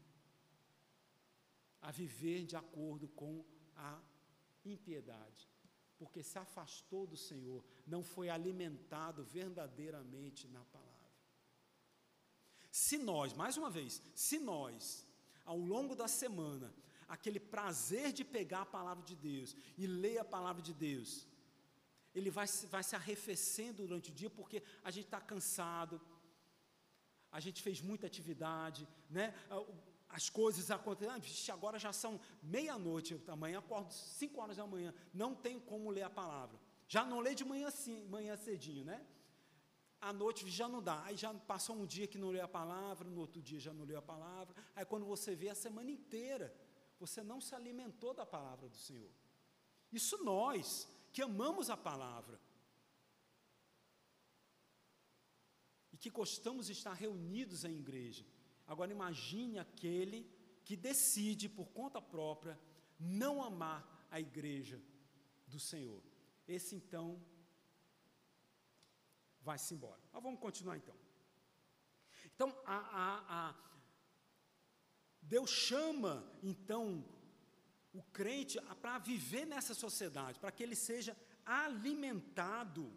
a viver de acordo com a impiedade, porque se afastou do Senhor, não foi alimentado verdadeiramente na palavra. Se nós, mais uma vez, se nós, ao longo da semana, aquele prazer de pegar a palavra de Deus e ler a palavra de Deus, ele vai, vai se arrefecendo durante o dia, porque a gente está cansado, a gente fez muita atividade, né? As coisas acontecem, ah, agora já são meia-noite, amanhã acordo cinco horas da manhã, não tenho como ler a palavra, já não lê de manhã, sim, manhã cedinho, né? À noite já não dá, aí já passou um dia que não leu a palavra, no outro dia já não leu a palavra, aí quando você vê a semana inteira, você não se alimentou da palavra do Senhor. Isso nós, que amamos a palavra, e que gostamos de estar reunidos em igreja. Agora imagine aquele que decide por conta própria não amar a igreja do Senhor. Esse então vai-se embora. Mas vamos continuar então. Então, a, a, a Deus chama então o crente para viver nessa sociedade, para que ele seja alimentado,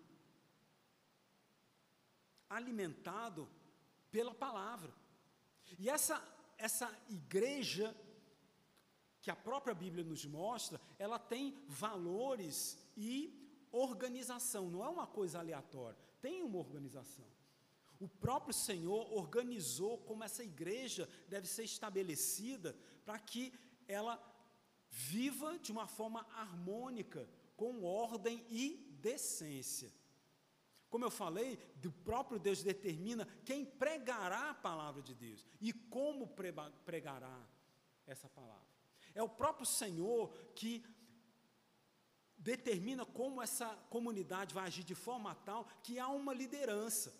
alimentado pela palavra. E essa, essa igreja, que a própria Bíblia nos mostra, ela tem valores e organização, não é uma coisa aleatória, tem uma organização. O próprio Senhor organizou como essa igreja deve ser estabelecida para que ela viva de uma forma harmônica, com ordem e decência. Como eu falei, o próprio Deus determina quem pregará a palavra de Deus e como pregará essa palavra. É o próprio Senhor que determina como essa comunidade vai agir de forma tal que há uma liderança.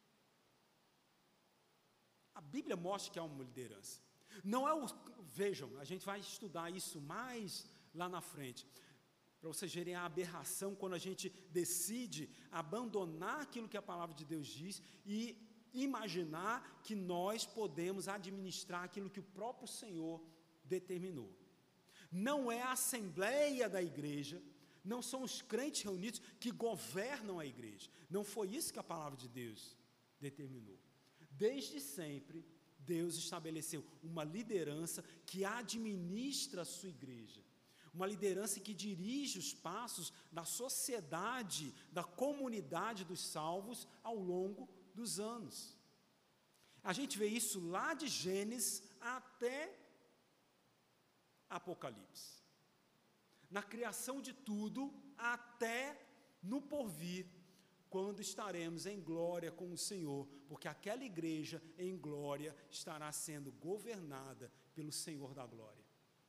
A Bíblia mostra que há uma liderança. Não é o, vejam, a gente vai estudar isso mais lá na frente, para vocês verem a aberração quando a gente decide abandonar aquilo que a palavra de Deus diz e imaginar que nós podemos administrar aquilo que o próprio Senhor determinou. Não é a assembleia da igreja, não são os crentes reunidos que governam a igreja. Não foi isso que a palavra de Deus determinou. Desde sempre, Deus estabeleceu uma liderança que administra a sua igreja. Uma liderança que dirige os passos da sociedade, da comunidade dos salvos ao longo dos anos. A gente vê isso lá de Gênesis até Apocalipse. Na criação de tudo, até no porvir, quando estaremos em glória com o Senhor, porque aquela igreja em glória estará sendo governada pelo Senhor da glória.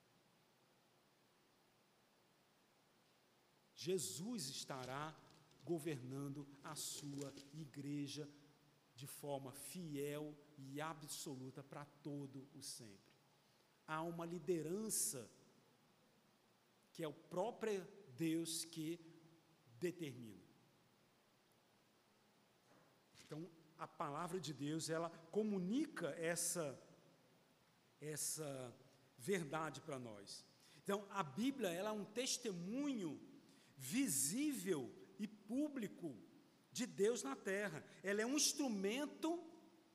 Jesus estará governando a sua igreja de forma fiel e absoluta para todo o sempre. Há uma liderança que é o próprio Deus que determina. Então, a palavra de Deus, ela comunica essa, essa verdade para nós. Então, a Bíblia, ela é um testemunho visível e público de Deus na terra. Ela é um instrumento,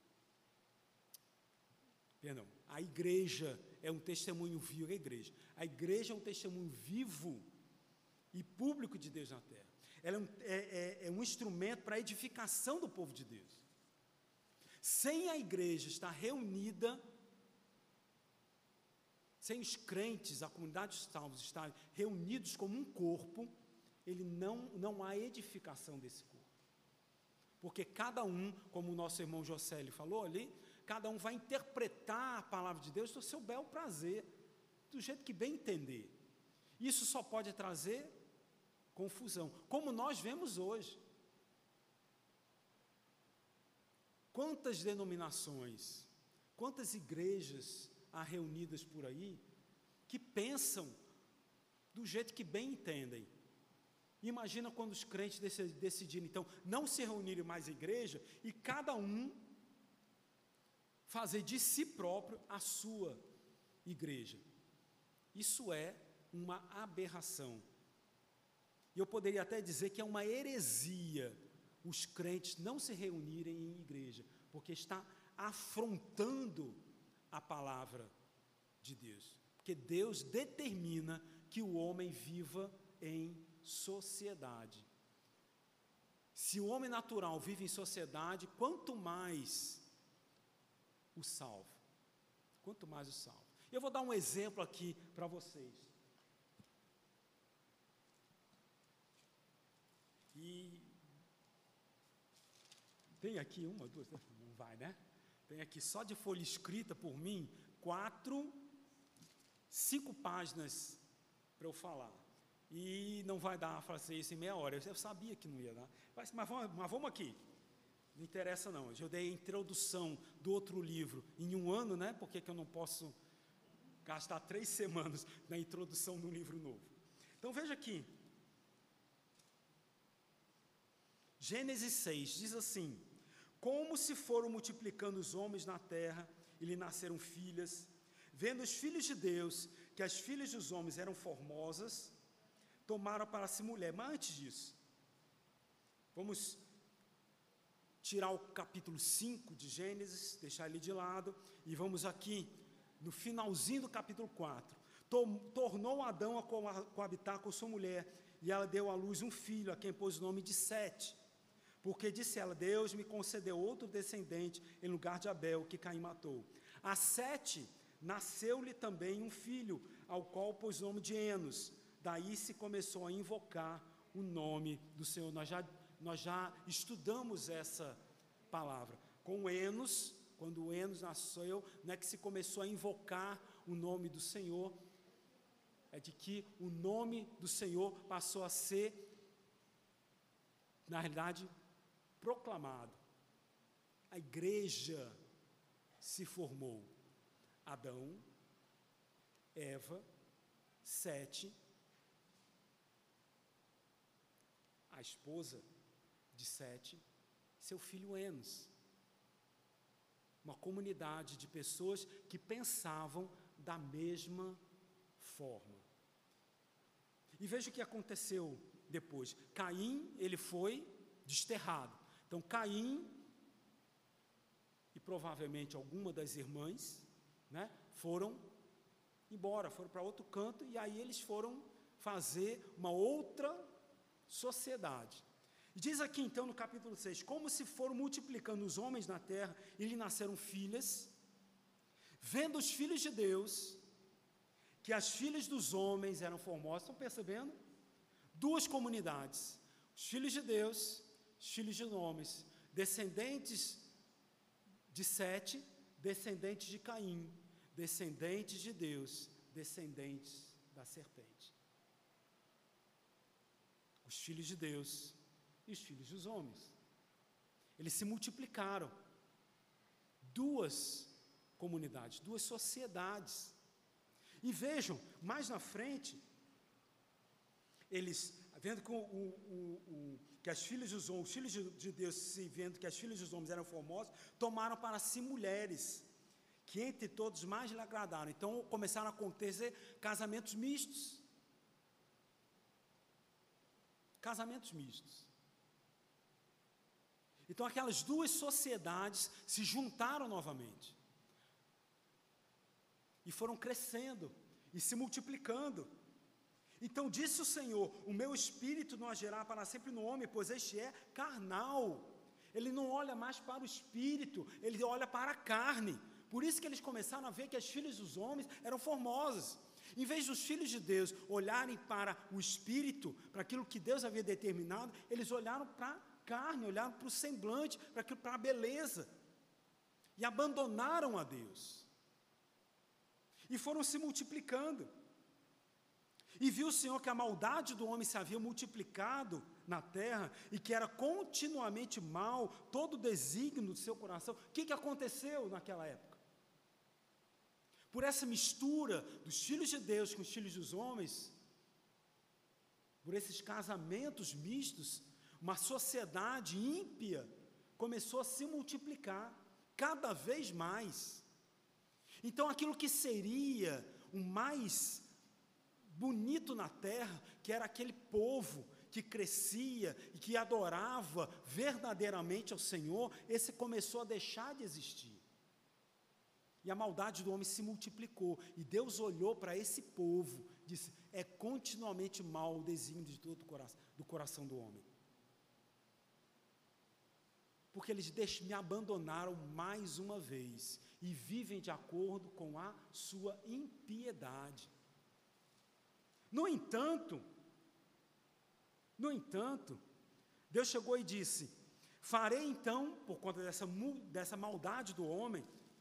perdão, a igreja é um testemunho vivo, a igreja. A igreja é um testemunho vivo e público de Deus na terra. Ela é um, é, é, é um instrumento para a edificação do povo de Deus. Sem a igreja estar reunida, sem os crentes, a comunidade dos salvos estarem reunidos como um corpo, ele não, não há edificação desse corpo. Porque cada um, como o nosso irmão Josélio falou ali, cada um vai interpretar a palavra de Deus do seu bel prazer, do jeito que bem entender. Isso só pode trazer confusão, como nós vemos hoje. Quantas denominações, quantas igrejas há reunidas por aí, que pensam do jeito que bem entendem. Imagina quando os crentes decidirem, então, não se reunirem mais à igreja, e cada um fazer de si próprio a sua igreja. Isso é uma aberração. E eu poderia até dizer que é uma heresia os crentes não se reunirem em igreja, porque está afrontando a palavra de Deus. Porque Deus determina que o homem viva em sociedade. Se o homem natural vive em sociedade, quanto mais o salvo. Quanto mais o salvo. Eu vou dar um exemplo aqui para vocês. E tem aqui uma, duas, não vai, né? Tem aqui só de folha escrita por mim, quatro, cinco páginas para eu falar. E não vai dar para fazer isso em meia hora. Eu sabia que não ia dar. Mas, mas, vamos, mas vamos aqui. Não interessa não. Eu dei a introdução do outro livro em um ano, né? Por que que eu não posso gastar três semanas na introdução de um livro novo? Então veja aqui. Gênesis seis diz assim: como se foram multiplicando os homens na terra, e lhe nasceram filhas, vendo os filhos de Deus que as filhas dos homens eram formosas, tomaram para si mulher. Mas antes disso, vamos tirar o capítulo cinco de Gênesis, deixar ele de lado, e vamos aqui no finalzinho do capítulo quatro. Tornou Adão a coabitar com sua mulher, e ela deu à luz um filho, a quem pôs o nome de Sete. Porque disse ela: Deus me concedeu outro descendente em lugar de Abel, que Caim matou. A Sete nasceu-lhe também um filho, ao qual pôs o nome de Enos. Daí se começou a invocar o nome do Senhor. Nós já, nós já estudamos essa palavra. Com Enos, quando Enos nasceu, não é que se começou a invocar o nome do Senhor, é de que o nome do Senhor passou a ser, na realidade, proclamado. A igreja se formou. Adão, Eva, Sete, a esposa de Sete, seu filho Enos. Uma comunidade de pessoas que pensavam da mesma forma. E veja o que aconteceu depois. Caim, ele foi desterrado. Então, Caim e provavelmente alguma das irmãs, né, foram embora, foram para outro canto, e aí eles foram fazer uma outra sociedade. E diz aqui então no capítulo seis, como se foram multiplicando os homens na terra, e lhe nasceram filhas, vendo os filhos de Deus, que as filhas dos homens eram formosas. Estão percebendo? Duas comunidades, os filhos de Deus, os filhos de homens, descendentes de Sete, descendentes de Caim, descendentes de Deus, descendentes da serpente. Os filhos de Deus e os filhos dos homens. Eles se multiplicaram. Duas comunidades, duas sociedades. E vejam, mais na frente, eles, vendo que, o, o, o, que as filhas dos homens, os filhos de, de Deus, se vendo que as filhas dos homens eram formosas, tomaram para si mulheres, que entre todos mais lhe agradaram. Então começaram a acontecer casamentos mistos. Casamentos mistos. Então aquelas duas sociedades se juntaram novamente. E foram crescendo e se multiplicando. Então disse o Senhor: o meu espírito não agirá para sempre no homem, pois este é carnal. Ele não olha mais para o espírito, ele olha para a carne. Por isso que eles começaram a ver que as filhas dos homens eram formosas. Em vez dos filhos de Deus olharem para o espírito, para aquilo que Deus havia determinado, eles olharam para a carne, olharam para o semblante, para, aquilo, para a beleza. E abandonaram a Deus. E foram se multiplicando. E viu o Senhor que a maldade do homem se havia multiplicado na terra, e que era continuamente mal todo o desígnio do seu coração. O que, que aconteceu naquela época? Por essa mistura dos filhos de Deus com os filhos dos homens, por esses casamentos mistos, uma sociedade ímpia começou a se multiplicar cada vez mais. Então aquilo que seria o mais bonito na terra, que era aquele povo que crescia e que adorava verdadeiramente ao Senhor, esse começou a deixar de existir. E a maldade do homem se multiplicou. E Deus olhou para esse povo e disse: é continuamente mal o desígnio de todo o coração, do coração do homem. Porque eles deix- me abandonaram mais uma vez e vivem de acordo com a sua impiedade. No entanto, no entanto, Deus chegou e disse: farei então, por conta dessa, dessa maldade do homem,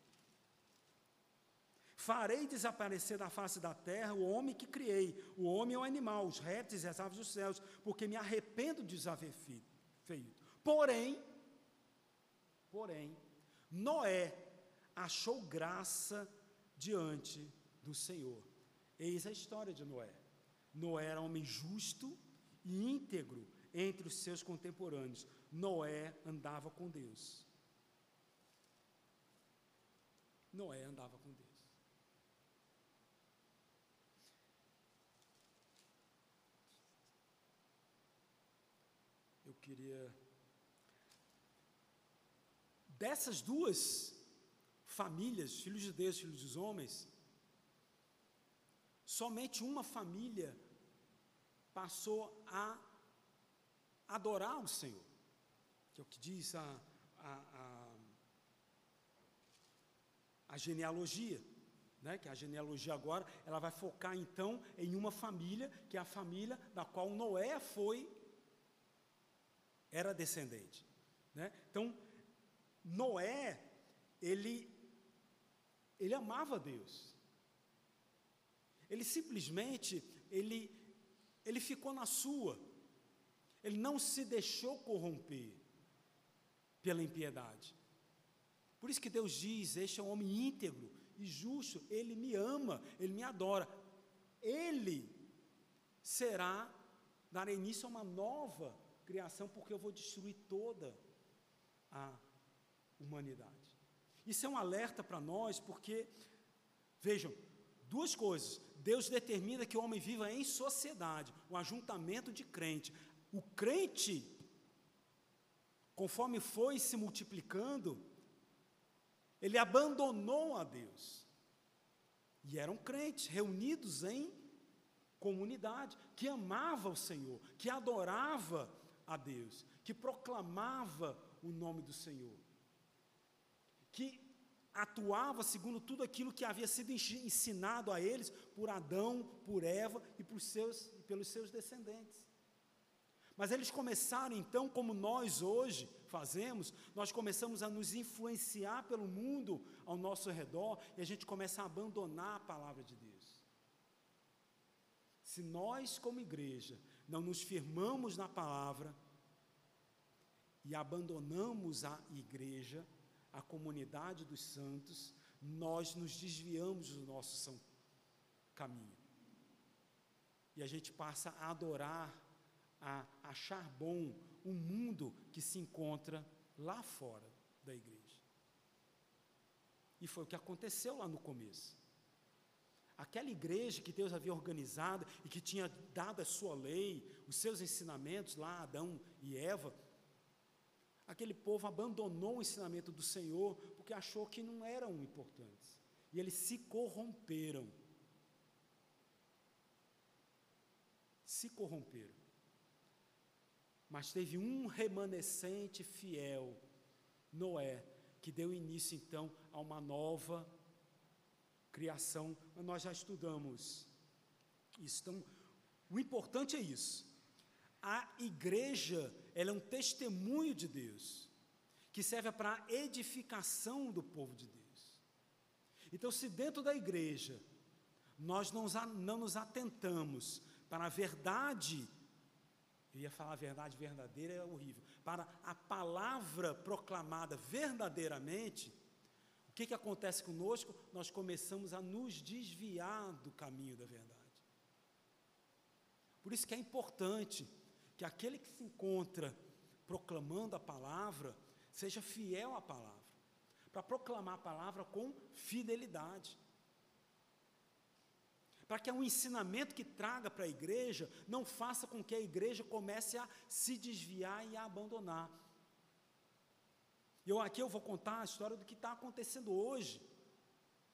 farei desaparecer da face da terra o homem que criei, o homem e o animal, os répteis e as aves dos céus, porque me arrependo de os haver feito. Porém, porém, Noé achou graça diante do Senhor. Eis a história de Noé. Noé era homem justo e íntegro entre os seus contemporâneos. Noé andava com Deus. Noé andava com Deus. Eu queria... Dessas duas famílias, filhos de Deus, filhos dos homens, somente uma família passou a adorar o Senhor, que é o que diz a, a, a, a genealogia, né? Que a genealogia agora, ela vai focar então em uma família, que é a família da qual Noé foi, era descendente, né? Então, Noé, ele, ele amava Deus. Ele simplesmente, ele, ele ficou na sua. Ele não se deixou corromper pela impiedade. Por isso que Deus diz: este é um homem íntegro e justo, ele me ama, ele me adora. Ele será, dará início a uma nova criação, porque eu vou destruir toda a humanidade. Isso é um alerta para nós, porque, vejam, duas coisas: Deus determina que o homem viva em sociedade, um ajuntamento de crente. O crente, conforme foi se multiplicando, ele abandonou a Deus. E eram crentes reunidos em comunidade, que amava o Senhor, que adorava a Deus, que proclamava o nome do Senhor, que atuava segundo tudo aquilo que havia sido ensinado a eles por Adão, por Eva e por seus, pelos seus descendentes. Mas eles começaram então, como nós hoje fazemos, nós começamos a nos influenciar pelo mundo ao nosso redor, e a gente começa a abandonar a palavra de Deus. Se nós, como igreja, não nos firmamos na palavra e abandonamos a igreja, a comunidade dos santos, nós nos desviamos do nosso caminho. E a gente passa a adorar, a achar bom o mundo que se encontra lá fora da igreja. E foi o que aconteceu lá no começo. Aquela igreja que Deus havia organizado e que tinha dado a sua lei, os seus ensinamentos lá, Adão e Eva, aquele povo abandonou o ensinamento do Senhor porque achou que não eram importantes. E eles se corromperam. Se corromperam. Mas teve um remanescente fiel, Noé, que deu início então a uma nova criação. Nós já estudamos isso. Então, o importante é isso. A igreja, ela é um testemunho de Deus, que serve para a edificação do povo de Deus. Então, se dentro da igreja, nós não, não nos atentamos para a verdade, eu ia falar a verdade verdadeira, é horrível, para a palavra proclamada verdadeiramente, o que, que acontece conosco? Nós começamos a nos desviar do caminho da verdade. Por isso que é importante que aquele que se encontra proclamando a palavra, seja fiel à palavra, para proclamar a palavra com fidelidade, para que um ensinamento que traga para a igreja, não faça com que a igreja comece a se desviar e a abandonar. Eu, aqui eu vou contar a história do que está acontecendo hoje,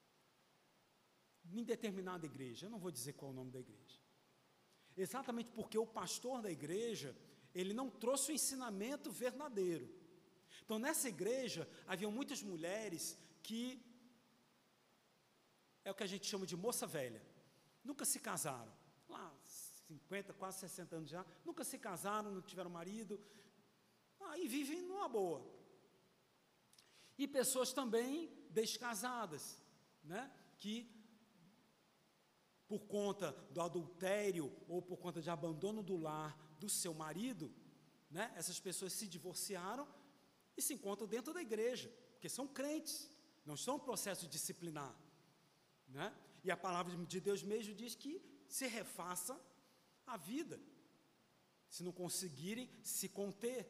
em determinada igreja, eu não vou dizer qual é o nome da igreja, exatamente porque o pastor da igreja, ele não trouxe o ensinamento verdadeiro. Então, nessa igreja, havia muitas mulheres que, é o que a gente chama de moça velha, nunca se casaram, lá, cinquenta, quase sessenta anos já, nunca se casaram, não tiveram marido, aí vivem numa boa. E pessoas também descasadas, né, que por conta do adultério ou por conta de abandono do lar do seu marido, né, essas pessoas se divorciaram e se encontram dentro da igreja, porque são crentes, não estão em processo disciplinar, né? E a palavra de Deus mesmo diz que se refaça a vida, se não conseguirem se conter.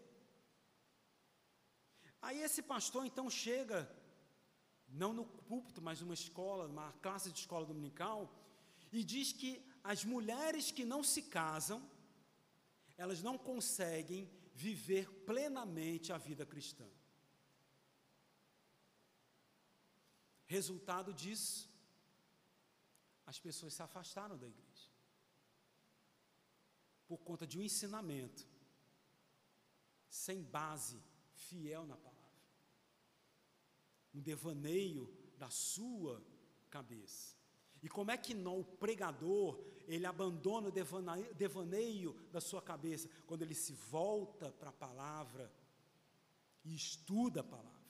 Aí esse pastor então chega, não no púlpito, mas numa escola, numa classe de escola dominical, e diz que as mulheres que não se casam, elas não conseguem viver plenamente a vida cristã. Resultado disso, as pessoas se afastaram da igreja, por conta de um ensinamento sem base fiel na palavra, um devaneio da sua cabeça. E como é que não, o pregador, ele abandona o devaneio, devaneio da sua cabeça? Quando ele se volta para a palavra e estuda a palavra.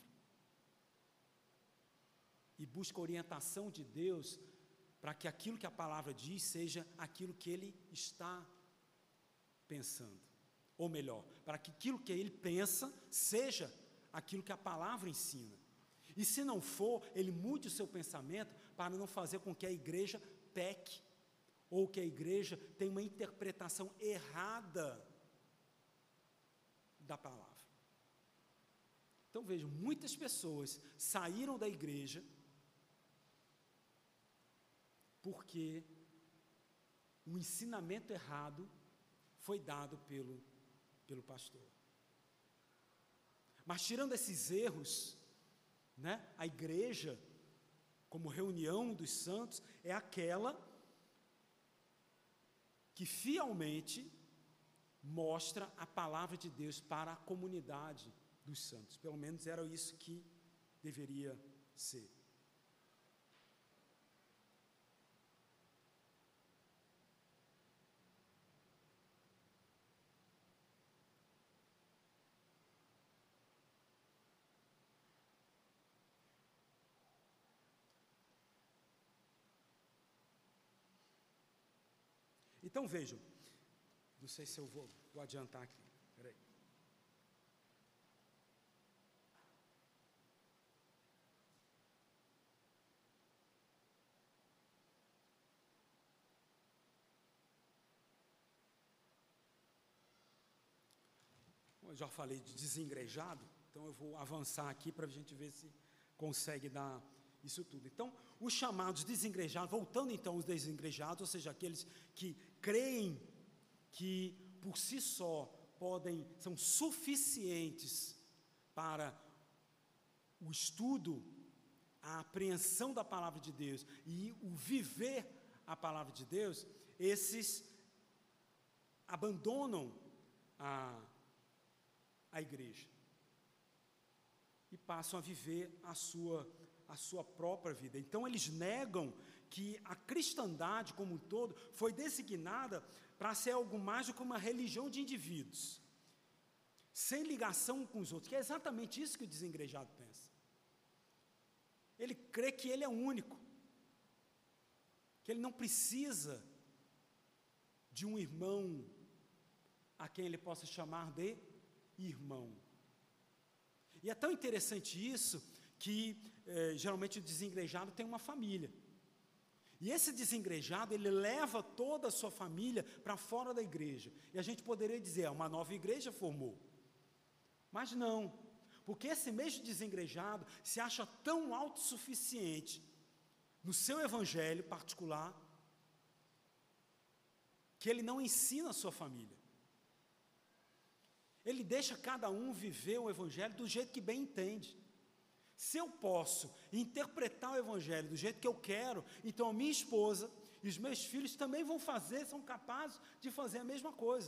E busca a orientação de Deus para que aquilo que a palavra diz seja aquilo que ele está pensando. Ou melhor, para que aquilo que ele pensa seja aquilo que a palavra ensina. E se não for, ele mude o seu pensamento para não fazer com que a igreja peque, ou que a igreja tenha uma interpretação errada da palavra. Então vejam, muitas pessoas saíram da igreja porque o ensinamento errado foi dado pelo, pelo pastor. Mas tirando esses erros, né, a igreja, como reunião dos santos, é aquela que fielmente mostra a palavra de Deus para a comunidade dos santos. Pelo menos era isso que deveria ser. Então vejam, não sei se eu vou, vou adiantar aqui, peraí. Eu já falei de desengrejado, então eu vou avançar aqui para a gente ver se consegue dar isso tudo. Então, os chamados desengrejados, voltando então aos desengrejados, ou seja, aqueles que creem que por si só podem, são suficientes para o estudo, a apreensão da palavra de Deus e o viver a palavra de Deus, esses abandonam a, a igreja e passam a viver a sua, a sua própria vida. Então eles negam que a cristandade como um todo foi designada para ser algo mais do que uma religião de indivíduos, sem ligação com os outros, que é exatamente isso que o desengrejado pensa. Ele crê que ele é único, que ele não precisa de um irmão a quem ele possa chamar de irmão. E é tão interessante isso que eh, geralmente o desengrejado tem uma família. E esse desengrejado, ele leva toda a sua família para fora da igreja. E a gente poderia dizer, uma nova igreja formou. Mas não, porque esse mesmo desengrejado se acha tão autossuficiente no seu evangelho particular, que ele não ensina a sua família. Ele deixa cada um viver o evangelho do jeito que bem entende. Se eu posso interpretar o Evangelho do jeito que eu quero, então a minha esposa e os meus filhos também vão fazer, são capazes de fazer a mesma coisa.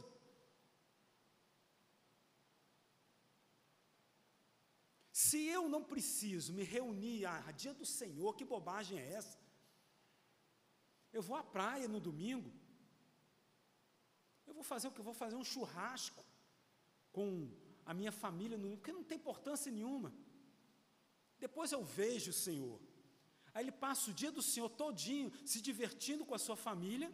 Se eu não preciso me reunir, ah, dia do Senhor, que bobagem é essa? Eu vou à praia no domingo, eu vou fazer o que? Eu vou fazer um churrasco com a minha família, no domingo, porque não tem importância nenhuma. Depois eu vejo o Senhor. Aí ele passa o dia do Senhor todinho se divertindo com a sua família,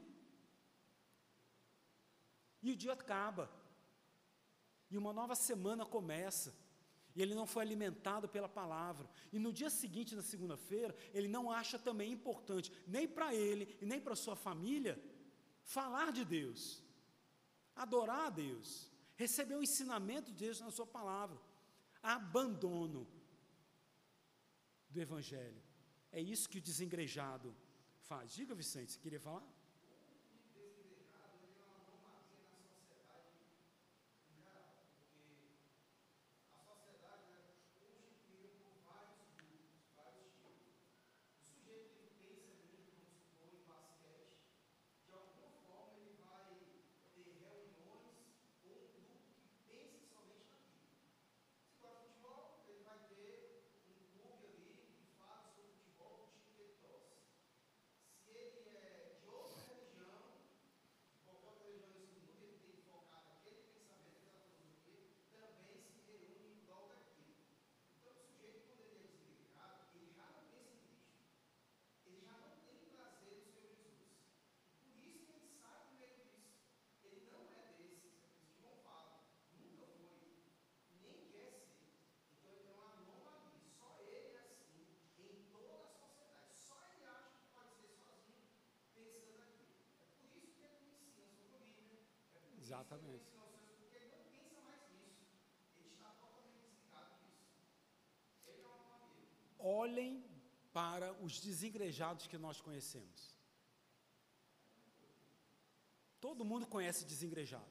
e o dia acaba, e uma nova semana começa, e ele não foi alimentado pela palavra, e no dia seguinte, na segunda-feira, ele não acha também importante, nem para ele e nem para a sua família, falar de Deus, adorar a Deus, receber o ensinamento de Deus na sua palavra. Abandono do Evangelho. É isso que o desengrejado faz. Diga, Vicente, você queria falar? Exatamente. Porque ele não pensa mais nisso. Ele está totalmente desligado disso. Ele é uma família. Olhem para os desigrejados que nós conhecemos. Todo mundo conhece desengrejado.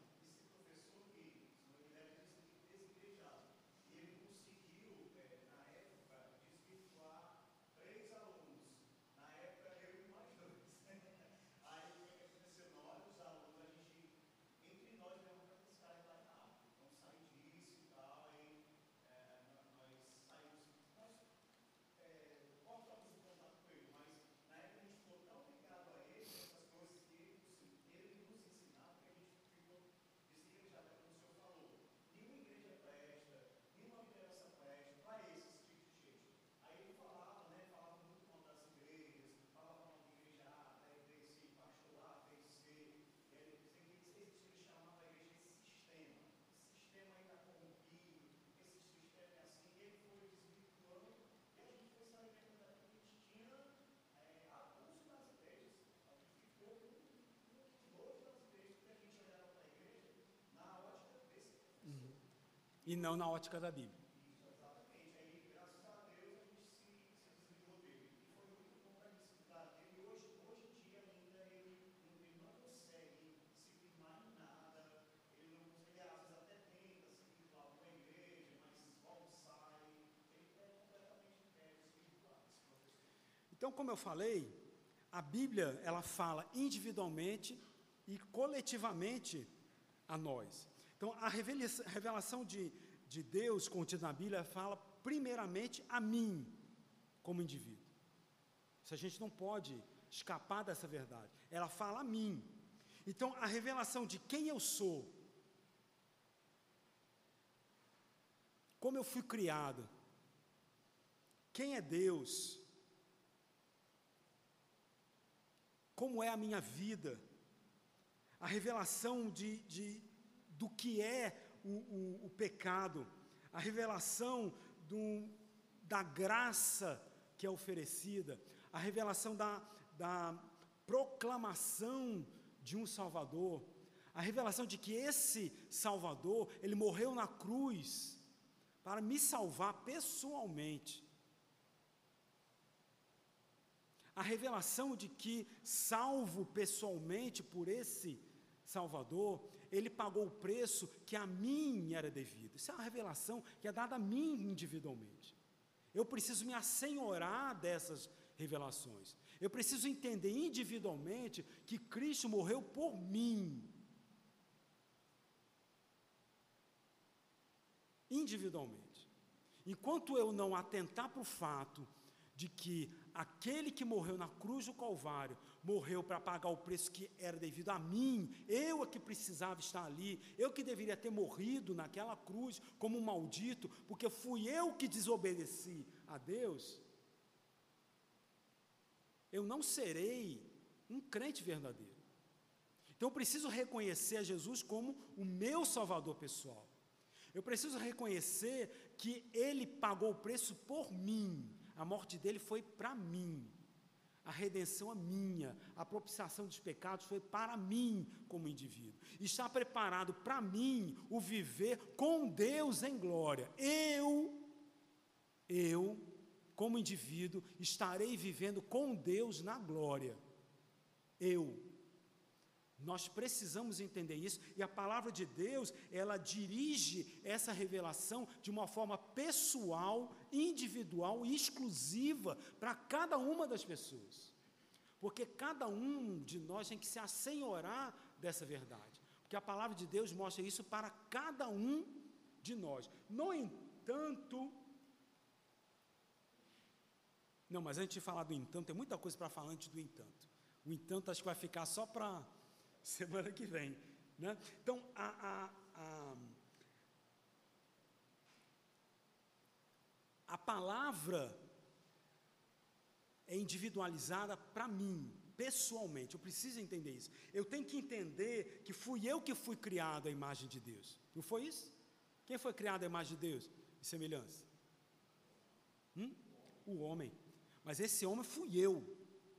E não na ótica da Bíblia. Exatamente. Aí, graças a Deus, a gente se, se desligou dele. E foi muito bom para desligar dele. E hoje, hoje em dia ainda ele, ele não consegue se firmar em nada. Ele não consegue, às vezes até tenta se firmar com a igreja, mas volta, sai. Ele é completamente é, desvirtuado, esse professor. Então, como eu falei, a Bíblia, ela fala individualmente e coletivamente a nós. Então, a revelação de, de Deus contida na Bíblia fala primeiramente a mim, como indivíduo. Isso a gente não pode escapar dessa verdade. Ela fala a mim. Então, a revelação de quem eu sou, como eu fui criado, quem é Deus, como é a minha vida, a revelação de... de do que é o, o, o pecado, a revelação do, da graça que é oferecida, a revelação da, da proclamação de um Salvador, a revelação de que esse Salvador, ele morreu na cruz para me salvar pessoalmente, a revelação de que, salvo pessoalmente por esse Salvador, ele pagou o preço que a mim era devido. Isso é uma revelação que é dada a mim individualmente. Eu preciso me assenhorar dessas revelações. Eu preciso entender individualmente que Cristo morreu por mim. Individualmente. Enquanto eu não atentar para o fato de que aquele que morreu na cruz do Calvário, morreu para pagar o preço que era devido a mim, eu é que precisava estar ali, eu que deveria ter morrido naquela cruz como um maldito, porque fui eu que desobedeci a Deus, eu não serei um crente verdadeiro. Então eu preciso reconhecer a Jesus como o meu Salvador pessoal. Eu preciso reconhecer que Ele pagou o preço por mim. A morte dele foi para mim, a redenção é minha, a propiciação dos pecados foi para mim como indivíduo. Está preparado para mim o viver com Deus em glória. Eu, eu, como indivíduo, estarei vivendo com Deus na glória. Eu. Nós precisamos entender isso, e a palavra de Deus, ela dirige essa revelação de uma forma pessoal, individual e exclusiva para cada uma das pessoas. Porque cada um de nós tem que se assenhorar dessa verdade. Porque a palavra de Deus mostra isso para cada um de nós. No entanto, não, mas antes de falar do entanto, tem muita coisa para falar antes do entanto. O entanto acho que vai ficar só para semana que vem, né? Então, a, a, a, a palavra é individualizada para mim, pessoalmente, eu preciso entender isso. Eu tenho que entender que fui eu que fui criado à imagem de Deus. Não foi isso? Quem foi criado à imagem de Deus? E semelhança? Hum? O homem. Mas esse homem fui eu.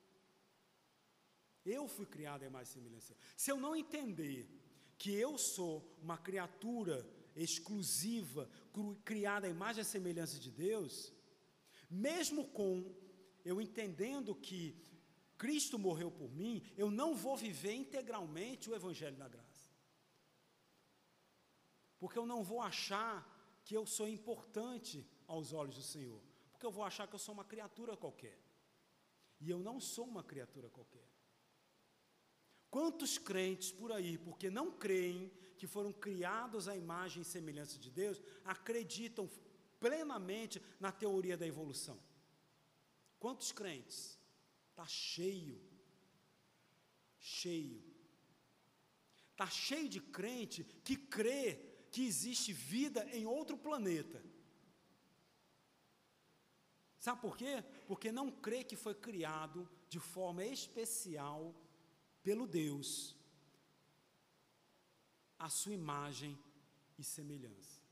Eu fui criado à imagem e semelhança. Se eu não entender que eu sou uma criatura exclusiva, criada à imagem e semelhança de Deus, mesmo com eu entendendo que Cristo morreu por mim, eu não vou viver integralmente o Evangelho da Graça. Porque eu não vou achar que eu sou importante aos olhos do Senhor. Porque eu vou achar que eu sou uma criatura qualquer. E eu não sou uma criatura qualquer. Quantos crentes por aí, porque não creem que foram criados à imagem e semelhança de Deus, acreditam plenamente na teoria da evolução? Quantos crentes? Está cheio, cheio. Está cheio de crente que crê que existe vida em outro planeta. Sabe por quê? Porque não crê que foi criado de forma especial pelo Deus, a sua imagem e semelhança.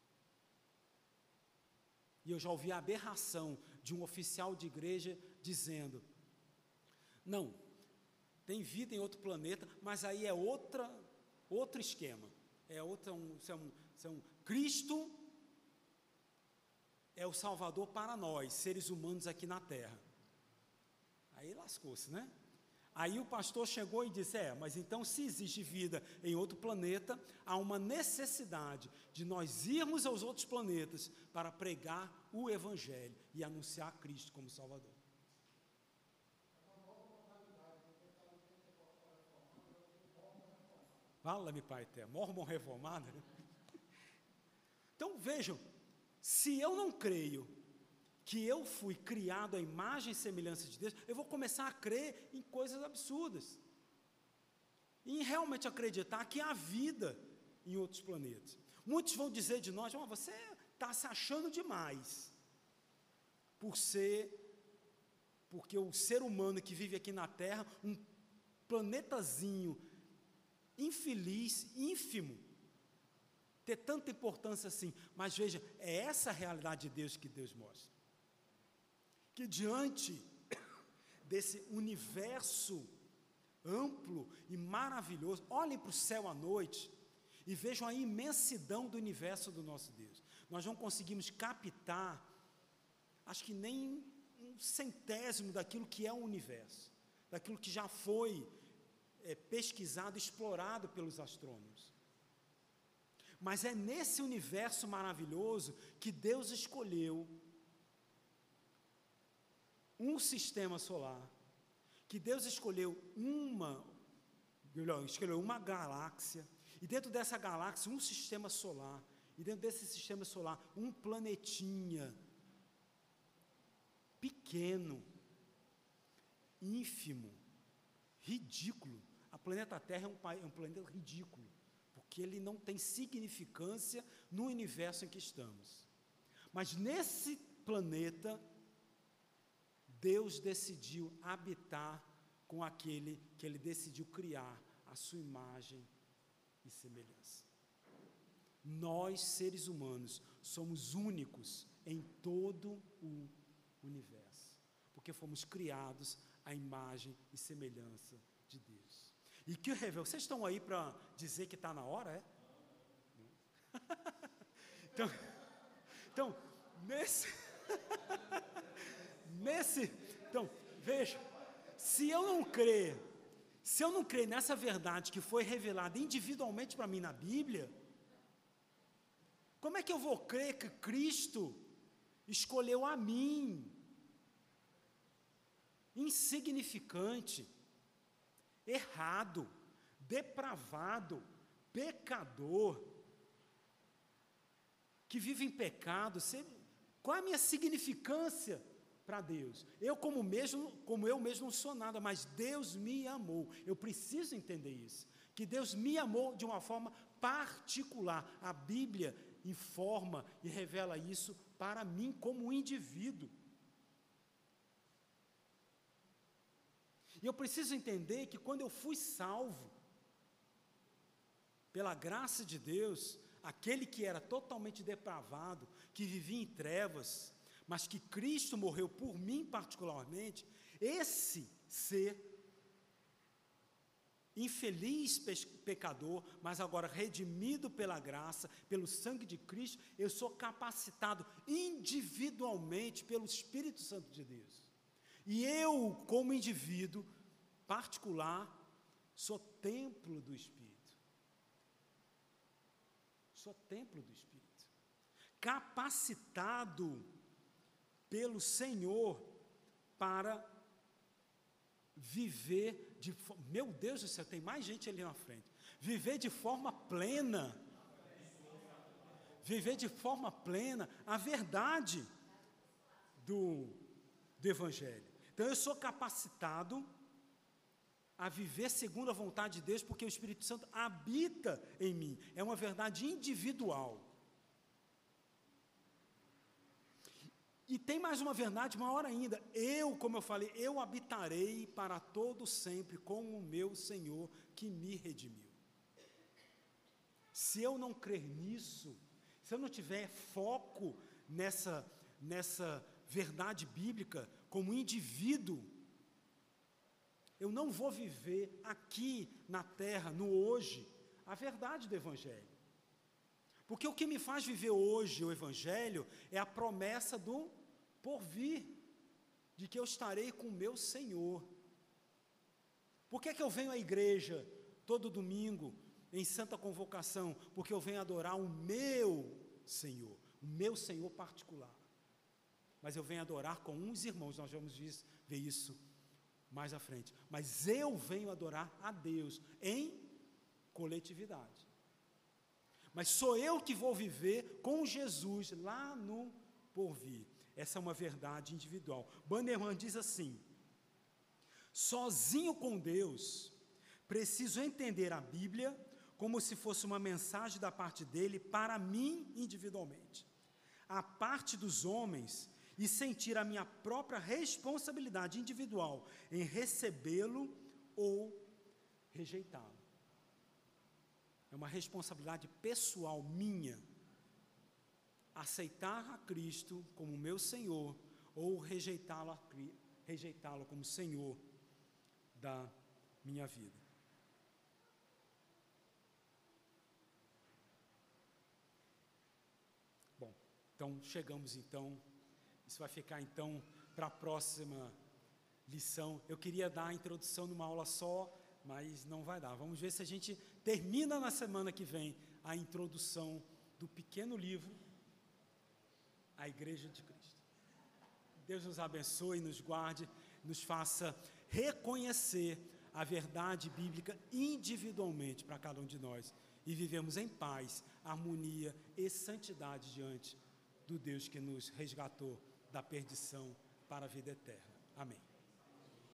E eu já ouvi a aberração de um oficial de igreja dizendo, não, tem vida em outro planeta, mas aí é outra, outro esquema, é outra, um, são, são, Cristo é o Salvador para nós, seres humanos aqui na Terra. Aí lascou-se, né? Aí o pastor chegou e disse, é, mas então se existe vida em outro planeta, há uma necessidade de nós irmos aos outros planetas para pregar o Evangelho e anunciar Cristo como Salvador. Fala-me, Pai eterno, mormon reformado. Então vejam, se eu não creio que eu fui criado à imagem e semelhança de Deus, eu vou começar a crer em coisas absurdas. E em realmente acreditar que há vida em outros planetas. Muitos vão dizer de nós, oh, você está se achando demais, por ser, porque o ser humano que vive aqui na Terra, um planetazinho infeliz, ínfimo, ter tanta importância assim. Mas veja, é essa a realidade de Deus que Deus mostra. Que diante desse universo amplo e maravilhoso, olhem para o céu à noite e vejam a imensidão do universo do nosso Deus. Nós não conseguimos captar, acho que nem um centésimo daquilo que é o universo, daquilo que já foi é, pesquisado, explorado pelos astrônomos. Mas é nesse universo maravilhoso que Deus escolheu um sistema solar, que Deus escolheu uma, melhor, escolheu uma galáxia, e dentro dessa galáxia um sistema solar, e dentro desse sistema solar um planetinha pequeno, ínfimo, ridículo. A planeta Terra é um, é um planeta ridículo, porque ele não tem significância no universo em que estamos. Mas nesse planeta, Deus decidiu habitar com aquele que Ele decidiu criar, a sua imagem e semelhança. Nós, seres humanos, somos únicos em todo o universo, porque fomos criados à imagem e semelhança de Deus. E que revela, vocês estão aí para dizer que está na hora, é? então, então, nesse, nesse, então, veja, se eu não crer, se eu não crer nessa verdade que foi revelada individualmente para mim na Bíblia, como é que eu vou crer que Cristo escolheu a mim, insignificante, errado, depravado, pecador, que vive em pecado? Qual é a minha significância para Deus? Eu como, mesmo, como eu mesmo não sou nada, mas Deus me amou. Eu preciso entender isso, que Deus me amou de uma forma particular. A Bíblia informa e revela isso para mim como indivíduo. E eu preciso entender que quando eu fui salvo, pela graça de Deus, aquele que era totalmente depravado, que vivia em trevas, mas que Cristo morreu por mim particularmente, esse ser, infeliz pecador, mas agora redimido pela graça, pelo sangue de Cristo, eu sou capacitado individualmente pelo Espírito Santo de Deus. E eu, como indivíduo particular, sou templo do Espírito. Sou templo do Espírito. Capacitado pelo Senhor para viver de forma... Meu Deus do céu, tem mais gente ali na frente. Viver de forma plena. Viver de forma plena a verdade do, do Evangelho. Então, eu sou capacitado a viver segundo a vontade de Deus, porque o Espírito Santo habita em mim. É uma verdade individual. E tem mais uma verdade maior ainda. Eu, como eu falei, eu habitarei para todo sempre com o meu Senhor que me redimiu. Se eu não crer nisso, se eu não tiver foco nessa, nessa verdade bíblica, como indivíduo, eu não vou viver aqui na terra, no hoje, a verdade do Evangelho. Porque o que me faz viver hoje o Evangelho é a promessa do porvir, de que eu estarei com o meu Senhor. Por que é que eu venho à igreja todo domingo, em santa convocação? Porque eu venho adorar o meu Senhor, o meu Senhor particular. Mas eu venho adorar com uns irmãos, nós vamos ver isso mais à frente. Mas eu venho adorar a Deus em coletividade. Mas sou eu que vou viver com Jesus lá no porvir. Essa é uma verdade individual. Bannerman diz assim: sozinho com Deus, preciso entender a Bíblia como se fosse uma mensagem da parte dele para mim individualmente. A parte dos homens, e sentir a minha própria responsabilidade individual em recebê-lo ou rejeitá-lo. É uma responsabilidade pessoal minha, aceitar a Cristo como meu Senhor ou rejeitá-lo, rejeitá-lo como Senhor da minha vida. Bom, então chegamos então, isso vai ficar então para a próxima lição. Eu queria dar a introdução numa aula só, mas não vai dar. Vamos ver se a gente termina na semana que vem a introdução do pequeno livro A Igreja de Cristo. Deus nos abençoe, nos guarde, nos faça reconhecer a verdade bíblica individualmente para cada um de nós e vivemos em paz, harmonia e santidade diante do Deus que nos resgatou da perdição para a vida eterna. Amém.